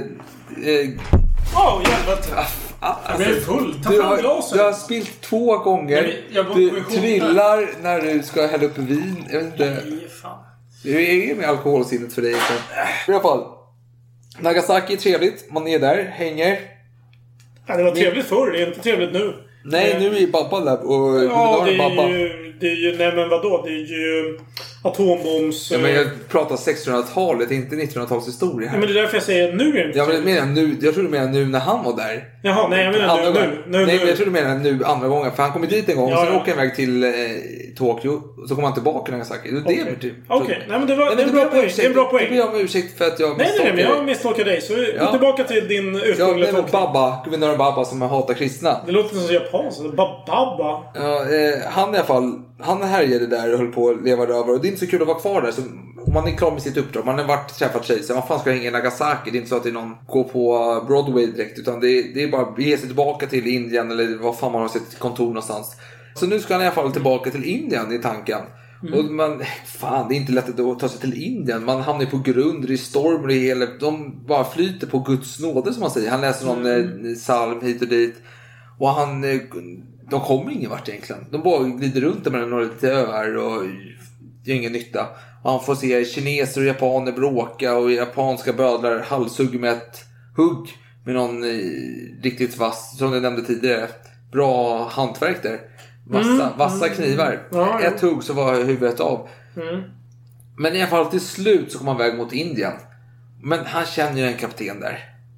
jävlar. Jag är full. Ta fram glasen. Du har spilt 2 gånger. Nej, du trillar när du ska hälla upp vin. Jag vet inte. Nej, fan. Det är med alkoholsinnet för dig. I alla fall. Nagasaki är trevligt. Man är där, hänger. Ja, det var trevligt förr. Det är inte trevligt nu. Nej, nu är Babba där. Och ja, det är ju... Nej, men vadå? Det är ju atombombs... Ja, men jag pratar 1600-talet, inte 1900-talshistoria här. Ja, men det är därför jag säger nu är det inte. Ja, men jag tror du menar nu när han var där. Jaha, nej, jag menar nu. Nej, men jag tror du menar nu andra gången. För han kom dit en gång och sen åker han iväg till Tokyo. Och så kommer han tillbaka till Nagasaki. Okej, nej men det är en bra poäng. Det är en bra poäng. Jag ber om ursäkt för att jag Nej, men jag misstolkar dig. Så gå tillbaka till din ursprungliga tolkning. Ja, guvernör Baba som hatar kristna. Det låter som japanskt. Baba. Ja, han i alla fall. Han härjade där och höll på att leva över. Och det är inte så kul att vara kvar där. Så om man är klar med sitt uppdrag. Man har träffat sig. Så vad fan ska hänga i Nagasaki? Det är inte så att det är någon går på Broadway direkt. Utan det är bara att ge sig tillbaka till Indien. Eller vad fan man har sitt kontor någonstans. Så nu ska han i alla fall tillbaka till Indien i tanken. Och fan, det är inte lätt att ta sig till Indien. Man hamnar på grund i storm och det hela. De bara flyter på Guds nåde som man säger. Han läser någon psalm hit och dit. Och de kommer ingen vart egentligen. De bara glider runt mellan några lite öar och gör ingen nytta. Och han får se kineser och japaner bråka och japanska bödlar halshugg med ett hugg med någon riktigt vass, som jag nämnde tidigare. Bra hantverk där. Vassa knivar. Ett hugg så var huvudet av. Men i alla fall till slut så kommer han väg mot Indien. Men han känner ju en kapten där.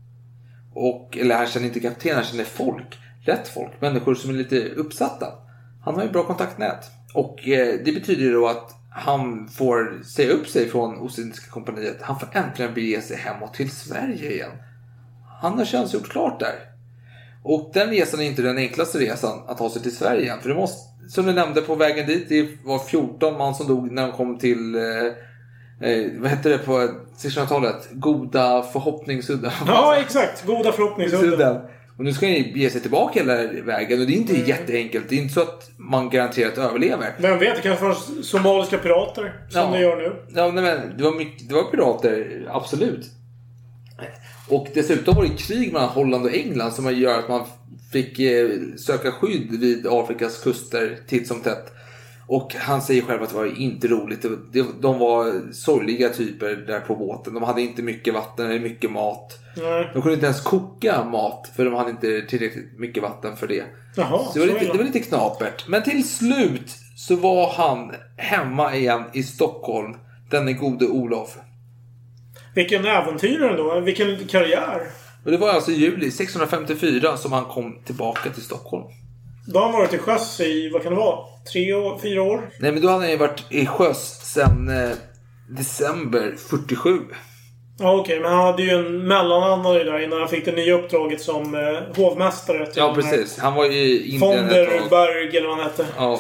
Eller han känner inte kapten, han känner folk. Rätt folk, människor som är lite uppsatta. Han har ju bra kontaktnät. Och det betyder då att han får säga upp sig från Ostindiska kompaniet. Han får äntligen bege sig hemåt till Sverige igen. Han har tjänstgjort klart där. Och den resan är inte den enklaste resan att ta sig till Sverige igen. För det måste, som du nämnde på vägen dit, det var 14 man som dog när de kom till... vad hette det på 1600-talet? Goda förhoppningsudden. Ja, exakt. Goda förhoppningsudden. Och nu ska ni ge sig tillbaka hela vägen. Och det är inte jätteenkelt. Det är inte så att man garanterat överlever. Vem vet, det kanske var somaliska pirater som det gör nu. Ja, nej, men det var pirater, absolut. Och dessutom var det krig mellan Holland och England som gör att man fick söka skydd vid Afrikas kuster titt som tätt. Och han säger själv att det var inte roligt. De var sorgliga typer där på båten. De hade inte mycket vatten eller mycket mat. Nej. De kunde inte ens koka mat för de hade inte tillräckligt mycket vatten för det. Jaha, så det var lite knapert. Men till slut så var han hemma igen i Stockholm. Den gode Olof. Vilken äventyrare då? Vilken karriär. Och det var alltså i juli 654 som han kom tillbaka till Stockholm. Då har han varit i sjöss i, vad kan det vara? 3-4 år? Nej, men då hade han ju varit i sjöss sedan december 47. Ja, okej. Men han hade ju en mellanandare där innan han fick det nya uppdraget som hovmästare. Ja, precis. Han var i Indien Fonderberg eller vad han hette. Ja.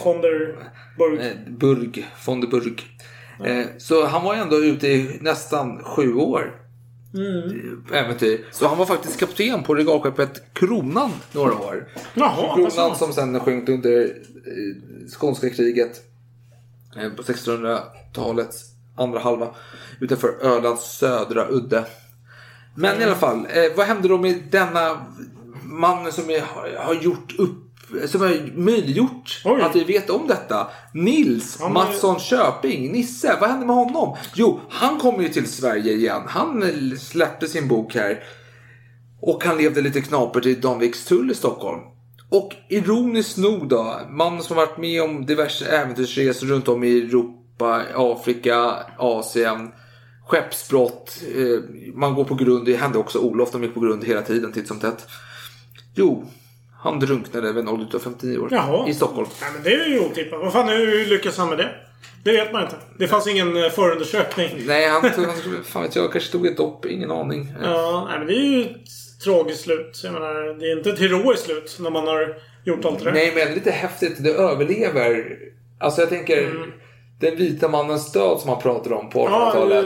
Fonderburg. Så han var ändå ute i nästan 7 år. Äventyr. Så han var faktiskt kapten på regalskeppet Kronan några år. Jaha, Kronan som sen sjönk under skånska kriget på 1600-talets andra halva utanför Ölands södra udde. Men i alla fall, vad hände då med denna man som har gjort upp, som har möjliggjort att vi vet om detta? Nils Mattsson Köping, Nisse, vad hände med honom? Jo, han kom ju till Sverige igen. Han släppte sin bok här. Och han levde lite knapert i Danvikstull i Stockholm. Och ironiskt nog då, man som har varit med om diverse äventyrsresor runt om i Europa, Afrika, Asien, skeppsbrott, man går på grund, det hände också Olof, de gick på grund hela tiden titt som tätt. Jo, han drunknade vid en ålder av 59 år. Jaha. I Stockholm. Nej, men det är ju otippat. Vad fan, hur lyckas han med det? Det vet man inte. Det fanns ingen förundersökning. Nej, han fan vet jag, kanske tog ett dopp, ingen aning. Ja, nej, men det är ju ett tragiskt slut. Jag menar, det är inte ett heroiskt slut när man har gjort allt det där. Nej, men det är lite häftigt. Det överlever. Alltså jag tänker... Den vita mannens död som man pratar om på 1800-talet.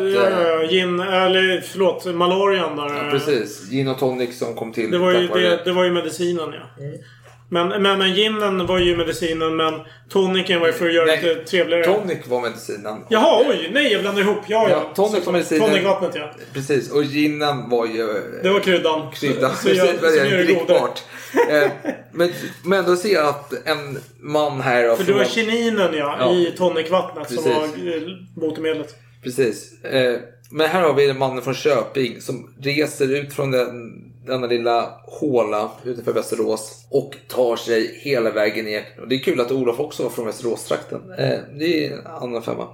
Ja, malarian där. Ja, precis. Gin och tonic som kom till. Det var ju medicinen, ja. Men ginen var ju medicinen, men tonicen var ju för att göra det lite trevligare. Tonic var medicinen. Jaha, oj, nej, jag blandade ihop. Ja, tonic var medicinen. Tonicvattnet, ja. Precis, och ginen var ju... Det var kryddan. Precis, det är drickbart. Men då ser jag att en man här... För det var kininen, i tonicvattnet som var botemedlet. Precis. Men här har vi en man från Köping som reser ut från denna lilla håla utanför Västerås och tar sig hela vägen ner. Och det är kul att Olof också var från Västerås-trakten. Det är en annan femma.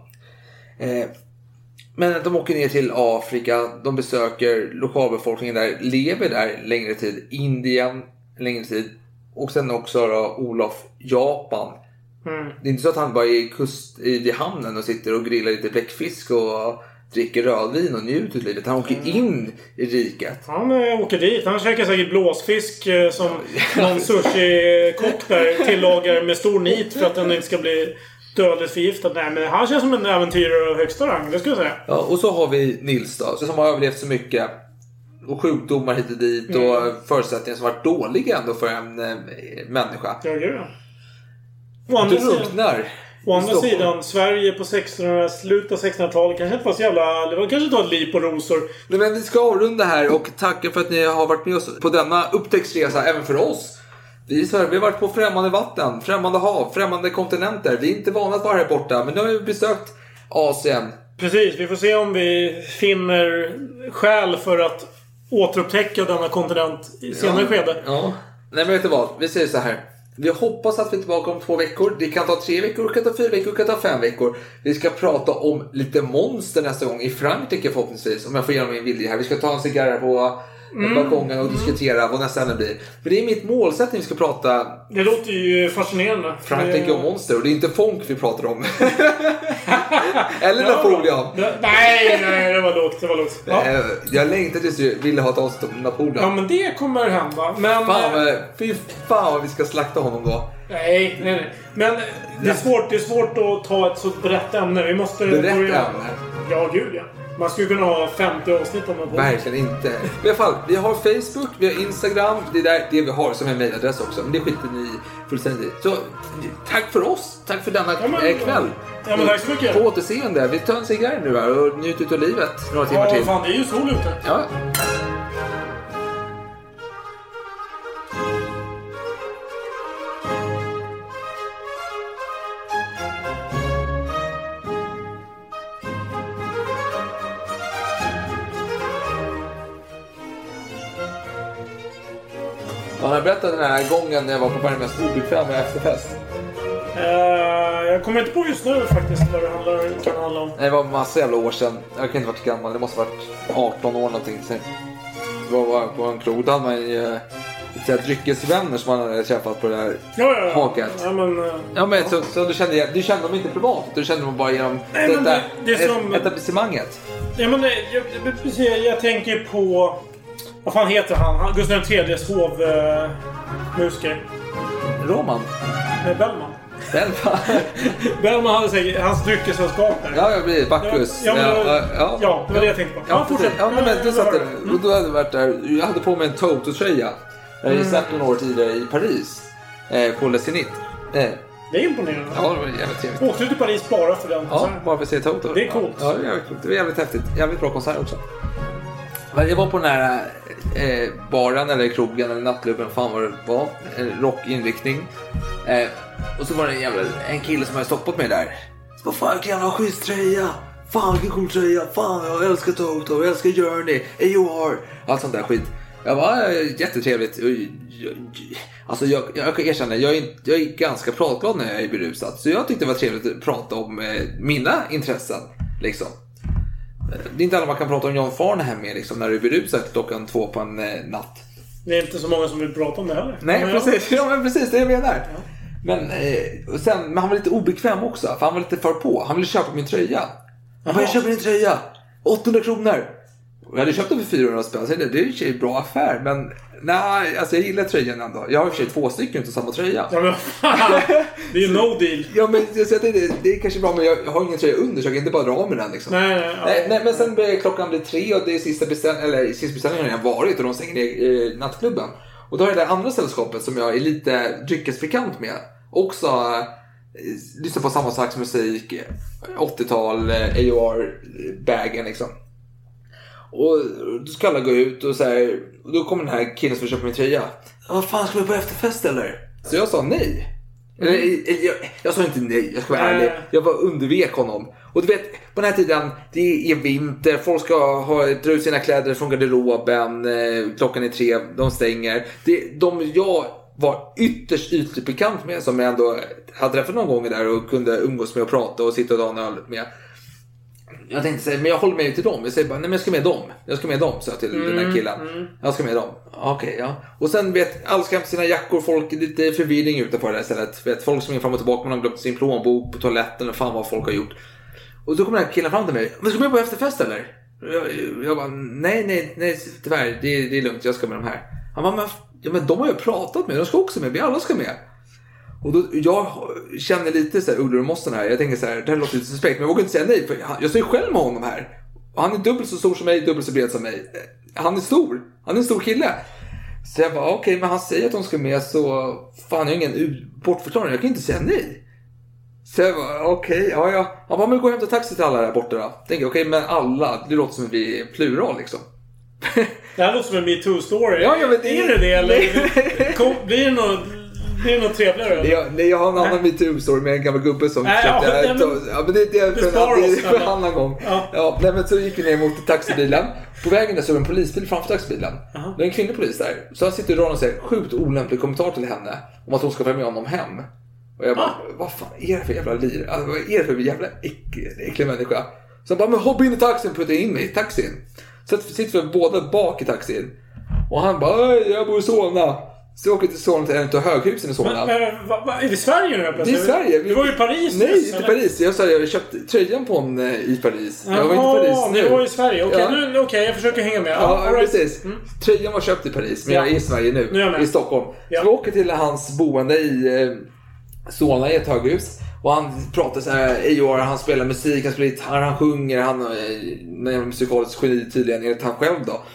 Men de åker ner till Afrika. De besöker lokalbefolkningen där, lever där längre tid. Indien längre tid. Och sen också då, Olof, Japan. Det är inte så att han bara är vid hamnen och sitter och grillar lite bläckfisk och dricker rödvin och njuter av livet. Han åker in i riket. Han åker dit. Han käkar säkert blåsfisk som någon sushi-kock där tillagar med stor nit för att den inte ska bli dödligt förgiftad. Nej, men han känns som en äventyrare av högsta rang, det skulle jag säga. Ja, och så har vi Nils då, som har överlevt så mycket. Och sjukdomar hit och dit och förutsättningar som varit dåliga ändå för en människa. Ja, gud. Drunknar. Å andra sidan, Sverige på slutet av 1600-talet kanske inte var så jävla... Det var kanske inte ett liv på rosor. Men vi ska avrunda här och tacka för att ni har varit med oss på denna upptäcktsresa även för oss. Vi i Sverige, vi har varit på främmande vatten, främmande hav, främmande kontinenter. Vi är inte vana att vara här borta, men nu har vi besökt Asien. Precis, vi får se om vi finner skäl för att återupptäcka denna kontinent i senare skede. Ja. Nej, men vet du vad? Vi säger så här. Vi hoppas att vi är tillbaka om 2 veckor. Det kan ta 3 veckor, det kan ta 4 veckor, det kan ta 5 veckor. Vi ska prata om lite monster nästa gång i Frankrike förhoppningsvis. Om jag får igenom min vilja här. Vi ska ta en cigarr på balkongen och diskutera vad nästa ämne blir. För det är mitt målsättning vi ska prata. Det låter ju fascinerande. Frankrike och monster. Och det är inte Fonk vi pratar om. Eller Napoleon. Nej, det var lågt. Ja. Jag längtar tills du ville ha ett avsnitt om Napoleon. Ja, men det kommer hända. Men fy fan vad vi ska slakta honom då. Nej. Men det är svårt att ta ett så brett ämne. Vi måste ämne? Ja, gud ja. Man skulle kunna ha 50 avsnitt om Napoleon. Verkligen inte. I alla fall, vi har Facebook, vi har Instagram. Det är det vi har som en mejladress också. Men det skiter ni fullständigt. Så tack för oss. Tack för denna kväll. Ja, men tack så mycket. På återseende. Vi tar en cigarr nu här och njuter av livet några timmar till. Ja, fan, det är ju sol ute. Ja. Har jag berättat den här gången när jag var på världens mest obekväma efterfest? Jag kommer inte på just nu faktiskt vad det kan handla om. Det var massa jävla år sedan. Jag kan inte varit gammal. Det måste ha varit 18 år någonting sen. Det var på en krog. Då hade man ju dryckesvänner som man hade träffat på det här haket. Ja, men så du kände dem inte privat. Du kände dem bara genom etablissemanget. Ja, men jag tänker på... Vad fan heter han? Gustav III:s hovmusiker. Roman? Bellman hade sig hans dryckessällskap där. Ja, jag blir Bacchus. Ja, det var det jag tänkte på. Ja, fortsätt. Ja, men du satt där. Och då hade varit där. Jag hade på mig en Toto-tröja. Jag hade sett några år tidigare i Paris. På Le Zénith. Det är imponerande. Ja, det var jävligt trevligt. Åkte du till Paris bara för den? Ja, bara för att se Toto. Det är coolt. Ja, det är coolt. Det var jävligt häftigt. Jävligt bra konsert också. Jag var på den här baren eller krogen eller nattklubben, fan vad det var, rockinriktning. Och så var det en kille som hade stoppat mig där. Så bara, fan, jag kan ha schysst tröja. Fan, vilken cool tröja. Fan, jag älskar Toto, jag älskar Journey, AOR. Allt sånt där skit. Jag var jättetrevligt. Alltså jag erkänner, jag är ganska pratglad när jag är berusad. Så jag tyckte det var trevligt att prata om mina intressen liksom. Det är inte alla man kan prata om John Farnham här med liksom, när du är berusad klockan 2 på en natt. Det är inte så många som vill prata om det heller. Nej, precis. Ja, men precis, det är jag menar. Ja. Men han var lite obekväm också. För han var lite för på. Han ville köpa min tröja. Han bara, jag köper din tröja 800 kronor. Jag hade köpt den för 400 spänn. Så det är en bra affär. Men nej, alltså jag gillar tröjan ändå. Jag har i och för sig 2 stycken inte samma tröja. Ja, men det är ju no deal. Ja, men det är kanske bra. Men jag har ingen tröja under så jag kan inte bara dra med den liksom. Nej, men sen börjar klockan bli 3. Och det är sista beställningen har varit. Och de stänger ner nattklubben. Och då är det andra sällskapet som jag är lite dryckesbekant med. Också lyssnar på samma slags musik, 80-tal, AOR-bagen liksom. Och då ska alla gå ut och så här, och då kommer den här killen som köper min tröja. Vad fan, ska vi på efterfest eller? Så jag sa nej. Jag sa inte nej, jag ska vara ärlig. Jag var undervek honom. Och du vet, på den här tiden, det är vinter. Folk ska dra ut sina kläder från garderoben. Klockan är 3, de stänger. Jag var ytterst ytligt bekant med, som jag ändå hade träffat någon gång där och kunde umgås med och prata och sitta och dra en öl med. Jag tänkte säga, men jag håller med till dem. Jag säger bara, nej men jag ska med dem, så jag till den här killen. Jag ska med dem. Okej, ja. Och sen vet, alla ska hämta sina jackor, folk lite förvirring ute på det här stället. Vet, folk som är fram och tillbaka, man har glömt sin plånbok på toaletten och fan vad folk har gjort. Och då kommer den här killen fram till mig. Men ska du med på efterfest eller? Jag bara, nej, tyvärr, det är lugnt, jag ska med de här. Han bara, men de har ju pratat med, de ska också med, vi alla ska med. Och då, jag känner lite så här Uller och Mossen här. Jag tänker så här, det här låter lite suspekt, men jag vågar inte säga nej, för jag står ju själv med honom här. Och han är dubbelt så stor som mig, dubbelt så bred som mig. Han är en stor kille. Så jag bara, okej, men han säger att de ska med, så fan, jag har ingen bortförklaring, jag kan inte säga nej. Så jag bara, okej, ja. Han bara, men gå hem till taxi till alla där borta då. Tänker okej, men alla, det låter som att vi är plural liksom. Det här låter som en MeToo-story. Ja, jag vet är det eller? Blir det något trevligare? Nej, jag har en annan MeToo-story med en gammal gubbe som försökte... Men det är för en annan gång. Ja, men så gick vi ner mot taxibilen. På vägen där så var en polisbil framför taxibilen. Det är en kvinnlig polis där. Så han sitter och säger sjukt olämplig kommentar till henne om att hon ska följa med honom hem. Och jag bara, vad fan är det för jävla lir? Alltså, vad är det för jävla äcklig människa? Så han bara, men hoppa in i taxin och putta in mig i taxin. Så sitter vi båda bak i taxin. Och han bara, jag bor i Solna. Så jag åker till Solna till en av höghusen i Solna. Men är det Sverige nu? Det är Sverige. Du var ju i Paris. Nej, inte Paris. Jag sa jag köpte tröjan på en i Paris. Jag var inte i Paris nu. Det var i Sverige. Okej, jag försöker hänga med. Ja, precis. Tröjan var köpt i Paris, men jag är i Sverige nu i Stockholm. Så vi åker till hans boende i Solna i ett höghus. Och han pratar så här, AOR, han spelar musik, han spelar gitarr, han sjunger, han är en musikalisk geni tydligen, enligt han själv då.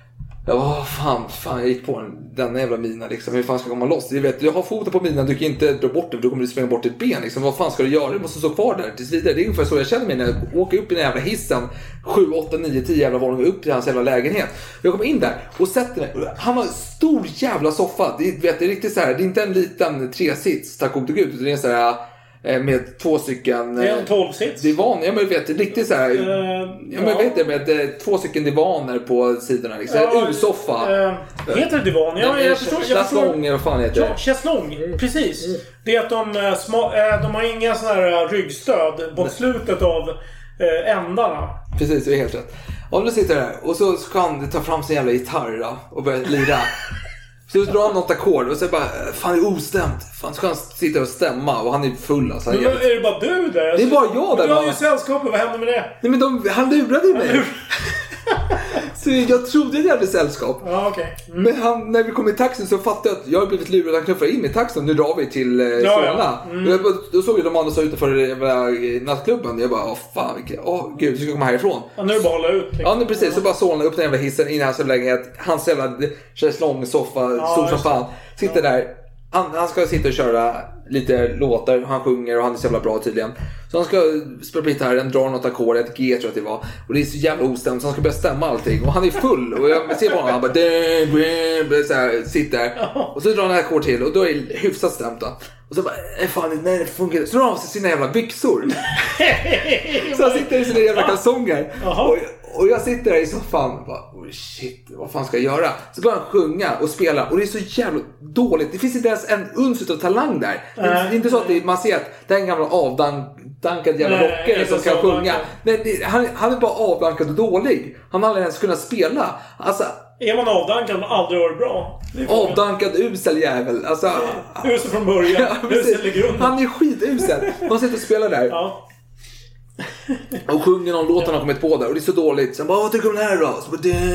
Ja, fan, jag gick på den jävla mina liksom. Hur fan ska komma loss? Jag har foten på minan, du kan inte dra bort den, då kommer du springa bort ditt ben liksom. Vad fan ska du göra? Du måste stå kvar där tills vidare. Det är ungefär så jag känner mig när jag åker upp i den jävla hissen 7, 8, 9, 10 jävla våningar upp till hans jävla lägenhet. Jag kommer in där och sätter mig. Han har en stor jävla soffa. Det är riktigt så här, det är inte en liten 3-sits, tack och gud, utan det är så här med 2 stycken. Det är en 12-sits. Divan, jag vet riktigt så här. Jag vet det med 2 stycken divaner på sidorna liksom. U-soffa. Heter det divan? Jag förstår. Schäslong, vad fan heter det? Ja, schäslong. Precis. Det är att de har inga såna här ryggstöd på slutet av ändarna. Precis, det är helt rätt. Om du sitter där och så ska han ta fram sin jävla gitarr då, och börja lira. Så drar han något ackord och så bara, fan det är ostämt. Fan, så kan han sitta och stämma och han är full alltså. Men är det bara du där? Det är bara jag där. Du har ju sällskapet, vad händer med det? Nej men han lurade ju mig. Så jag trodde det hade sällskap. Ja, okej. Men när vi kom i taxin så fattade jag att jag har blivit lurad. Han knuffade in i taxin. Nu drar vi till Solna. Då såg jag de andra så utanför nattklubben. Jag bara, gud, du ska komma härifrån. Ja, nu är det bara hålla ut. Liksom. Ja, nu precis. Så bara Solna upp den jävla hissen in i hans lägenhet. Hans jävla schäslong, soffa, stor som fan. Sitter där. Han ska sitta och köra lite låtar. Han sjunger och han är så jävla bra tydligen. Så han ska spela på gitarren, dra något ackord, ett G tror jag att det var. Och det är så jävla ostämt så han ska börja stämma allting. Och han är full. Och jag ser på honom, han bara så här, sitter. Och så drar han ett ackord till och då är det hyfsat stämt då. Och så bara, fan, nej det funkar. Så drar han sig sina jävla byxor. Så han sitter i sina jävla kalsonger. Och jag sitter där i soffan och bara, oh shit, vad fan ska jag göra? Så börjar han sjunga och spela och det är så jävla dåligt. Det finns inte ens en uns av talang där. Det är inte så att man ser att det är en gammal avdankad jävla rockare som kan sjunga. Nej, han är bara avdankad och dålig. Han har aldrig ens kunnat spela. Alltså, är man avdankad har man aldrig varit bra. Avdankad usel jävel. Alltså, usel från början. Usel i grunden. Han är skitusel. Man sitter och spelar där. Ja. Och sjunger någon låt han har kommit på där. Och det är så dåligt. Så han bara, vad tycker du om det här då? Så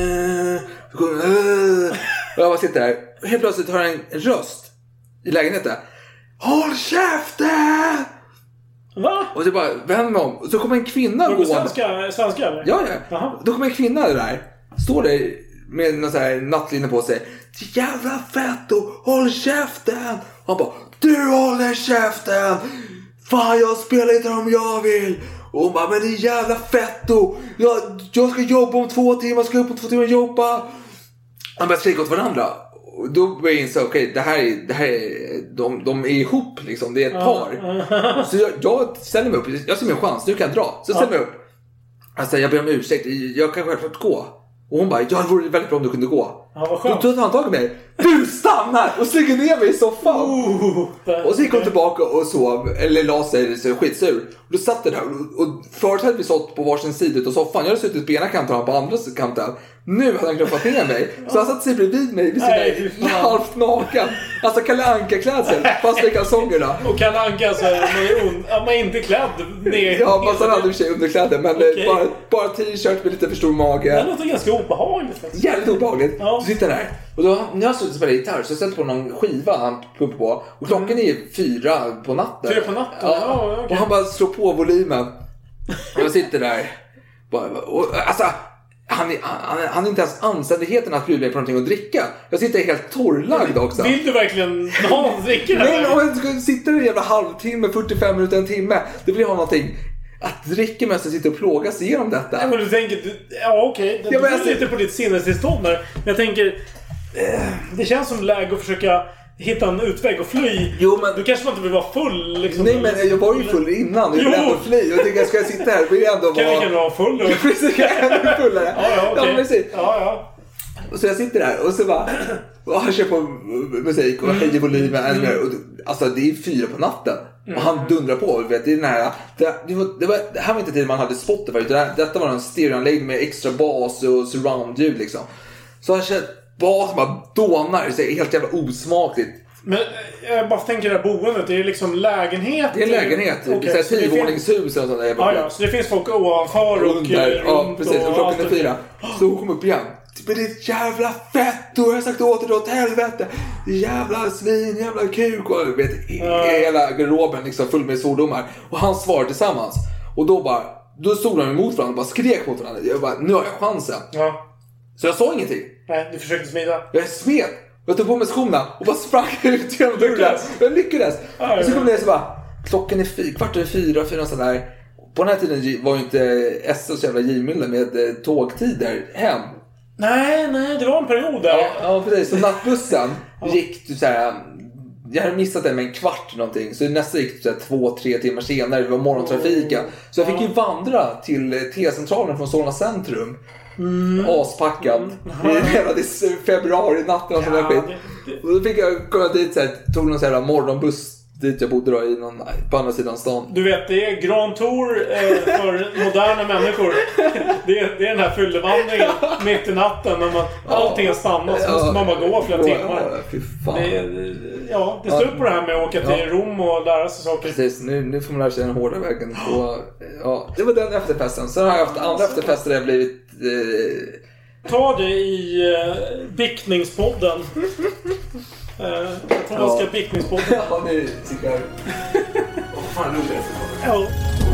bara, och jag bara sitter där. Och helt plötsligt hör jag en röst i lägenheten. Håll käften! Va? Och så bara vänder mig om. Och så kommer en kvinna gående. Svenska eller? Ja. Aha. Då kommer en kvinna där. Står där med någon så här nattlinne på sig. Jävla fetto, håll käften! Och han bara, du håller käften! Fan, jag spelar inte om jag vill. Och hon bara, men det är jävla fetto. Jag ska jobba om 2 timmar. Ska upp om 2 timmar och jobba. Han börjar skrika åt varandra. Och då börjar jag inse, okej, det här är de är ihop liksom. Det är ett par. Så jag ställer mig upp. Jag ser min chans, nu kan jag dra. Så ställer mig upp. Alltså jag ber om ursäkt. Jag kan självklart gå. Och hon bara, ja, det vore väldigt bra om du kunde gå. Ja, vad skönt. Då tar han tag i mig. Du stannar! Och slänger ner mig i soffan. Och så gick hon tillbaka och sov. Eller la sig så skitsur. Och då satt det där. Och förut hade vi stått på varsin sida av soffan. Jag hade suttit på ena kanten och på andra kanten. Nu hade han knuffat ner mig. Så han satt sig bredvid mig vid sina halvt naken. Alltså Kalle Anka-klädsel. Fast i kalsongerna. Och Kalle Anka alltså, man är inte klädd ner. Ja, fast han hade i och för sig underkläder. Men bara t-shirt med lite för stor mage. Det låter ganska obehagligt faktiskt. Jävligt obehagligt. Ja. Så sitter där. Och då, när jag suttit och spelat gitarr så sätter på någon skiva han pumpar på. Och klockan är 4 på natten. 4 på natten? Ja. Okay. Och han bara slår på volymen. Och jag sitter där. Och, alltså, han är inte ens anständigheten att bjuda mig på någonting att dricka. Jag sitter helt torrlagd också. Vill du verkligen ha en dricka? Nej, om jag ska sitta i en jävla halvtimme, 45 minuter, en timme. Då vill jag ha någonting att dricka med, att sitta och plågas igenom detta. Ja, men du tänker, okej. Du är lite på ditt sinnestillstånd där. Men jag tänker, det känns som läge att försöka hitta en utväg och fly. Jo, men... Du kanske inte vill vara full liksom. Nej, men jag var ju full innan. Jag vill ändå fly. Jag tycker jag ska sitta här. Vill jag ändå vara... Kan du vara full? Och... Precis, kan jag ändå fullare. Ja, okej. Precis. Ja. Och så jag sitter där och så bara... Och han kör på musik och höjer volymen ännu mer. Alltså, det är 4 på natten. Och han dundrar på. Vet, det är den här... Det här var inte tiden man hade Spotify. Detta var en stereoanläggning med extra bas och surround-ljud liksom. Så han kör... Basen bara dånar, det är helt jävla osmakligt. Men jag bara tänker det här boendet, det är liksom lägenhet. Det är en lägenhet, okay, det är 10-våningshus och sånt där. Ja, så det finns folk ovanför och under, ja, precis, och klockan är 4. Så hon kom upp igen. Men det är jävla fett, och jag har sagt åt det åt helvete. Det är jävla svin, jävla kuk. Och vet, hela garderoben liksom full med svordomar. Och han svarade tillsammans. Och då stod de emot varandra och bara skrek mot varandra. Jag bara, nu har jag chansen. Ja. Så jag sa ingenting. Nej, du försökte smida. Jag smet. Jag tog på mig skorna och bara sprang ut genom dörren. Jag lyckades. Och så kom det så bara, klockan är 4:15, 4 sån där. På den här tiden var ju inte SL så jävla givmilda med tågtider hem. Nej, det var en period där. Ja, precis. Så nattbussen gick du så här. Jag hade missat den med en kvart någonting. Så nästa gick så 2-3 timmar senare. Det var morgontrafiken. Så jag fick ju vandra till T-centralen från Solna centrum. Aspackad. Det är februari natten och sådär skit. Och då fick jag komma dit så här, tog någon så här morgonbuss dit jag bodde då på andra sidan stan. Du vet, det är Grand Tour för moderna människor. Det är den här fyllevandringen mitt i natten när allting har stannat så måste man bara gå flera timmar. Fy fan. Det står upp på det här med att åka till Rom och lära sig saker. Precis, nu får man lära sig den hårda vägen. Och, det var den efterfesten. Sen har jag haft andra efterfester där jag blivit... Ta det i Bickningspodden. Jag tror man ska Bickningspodden. Ja, nu tycker jag... Vad fan är det? Ja.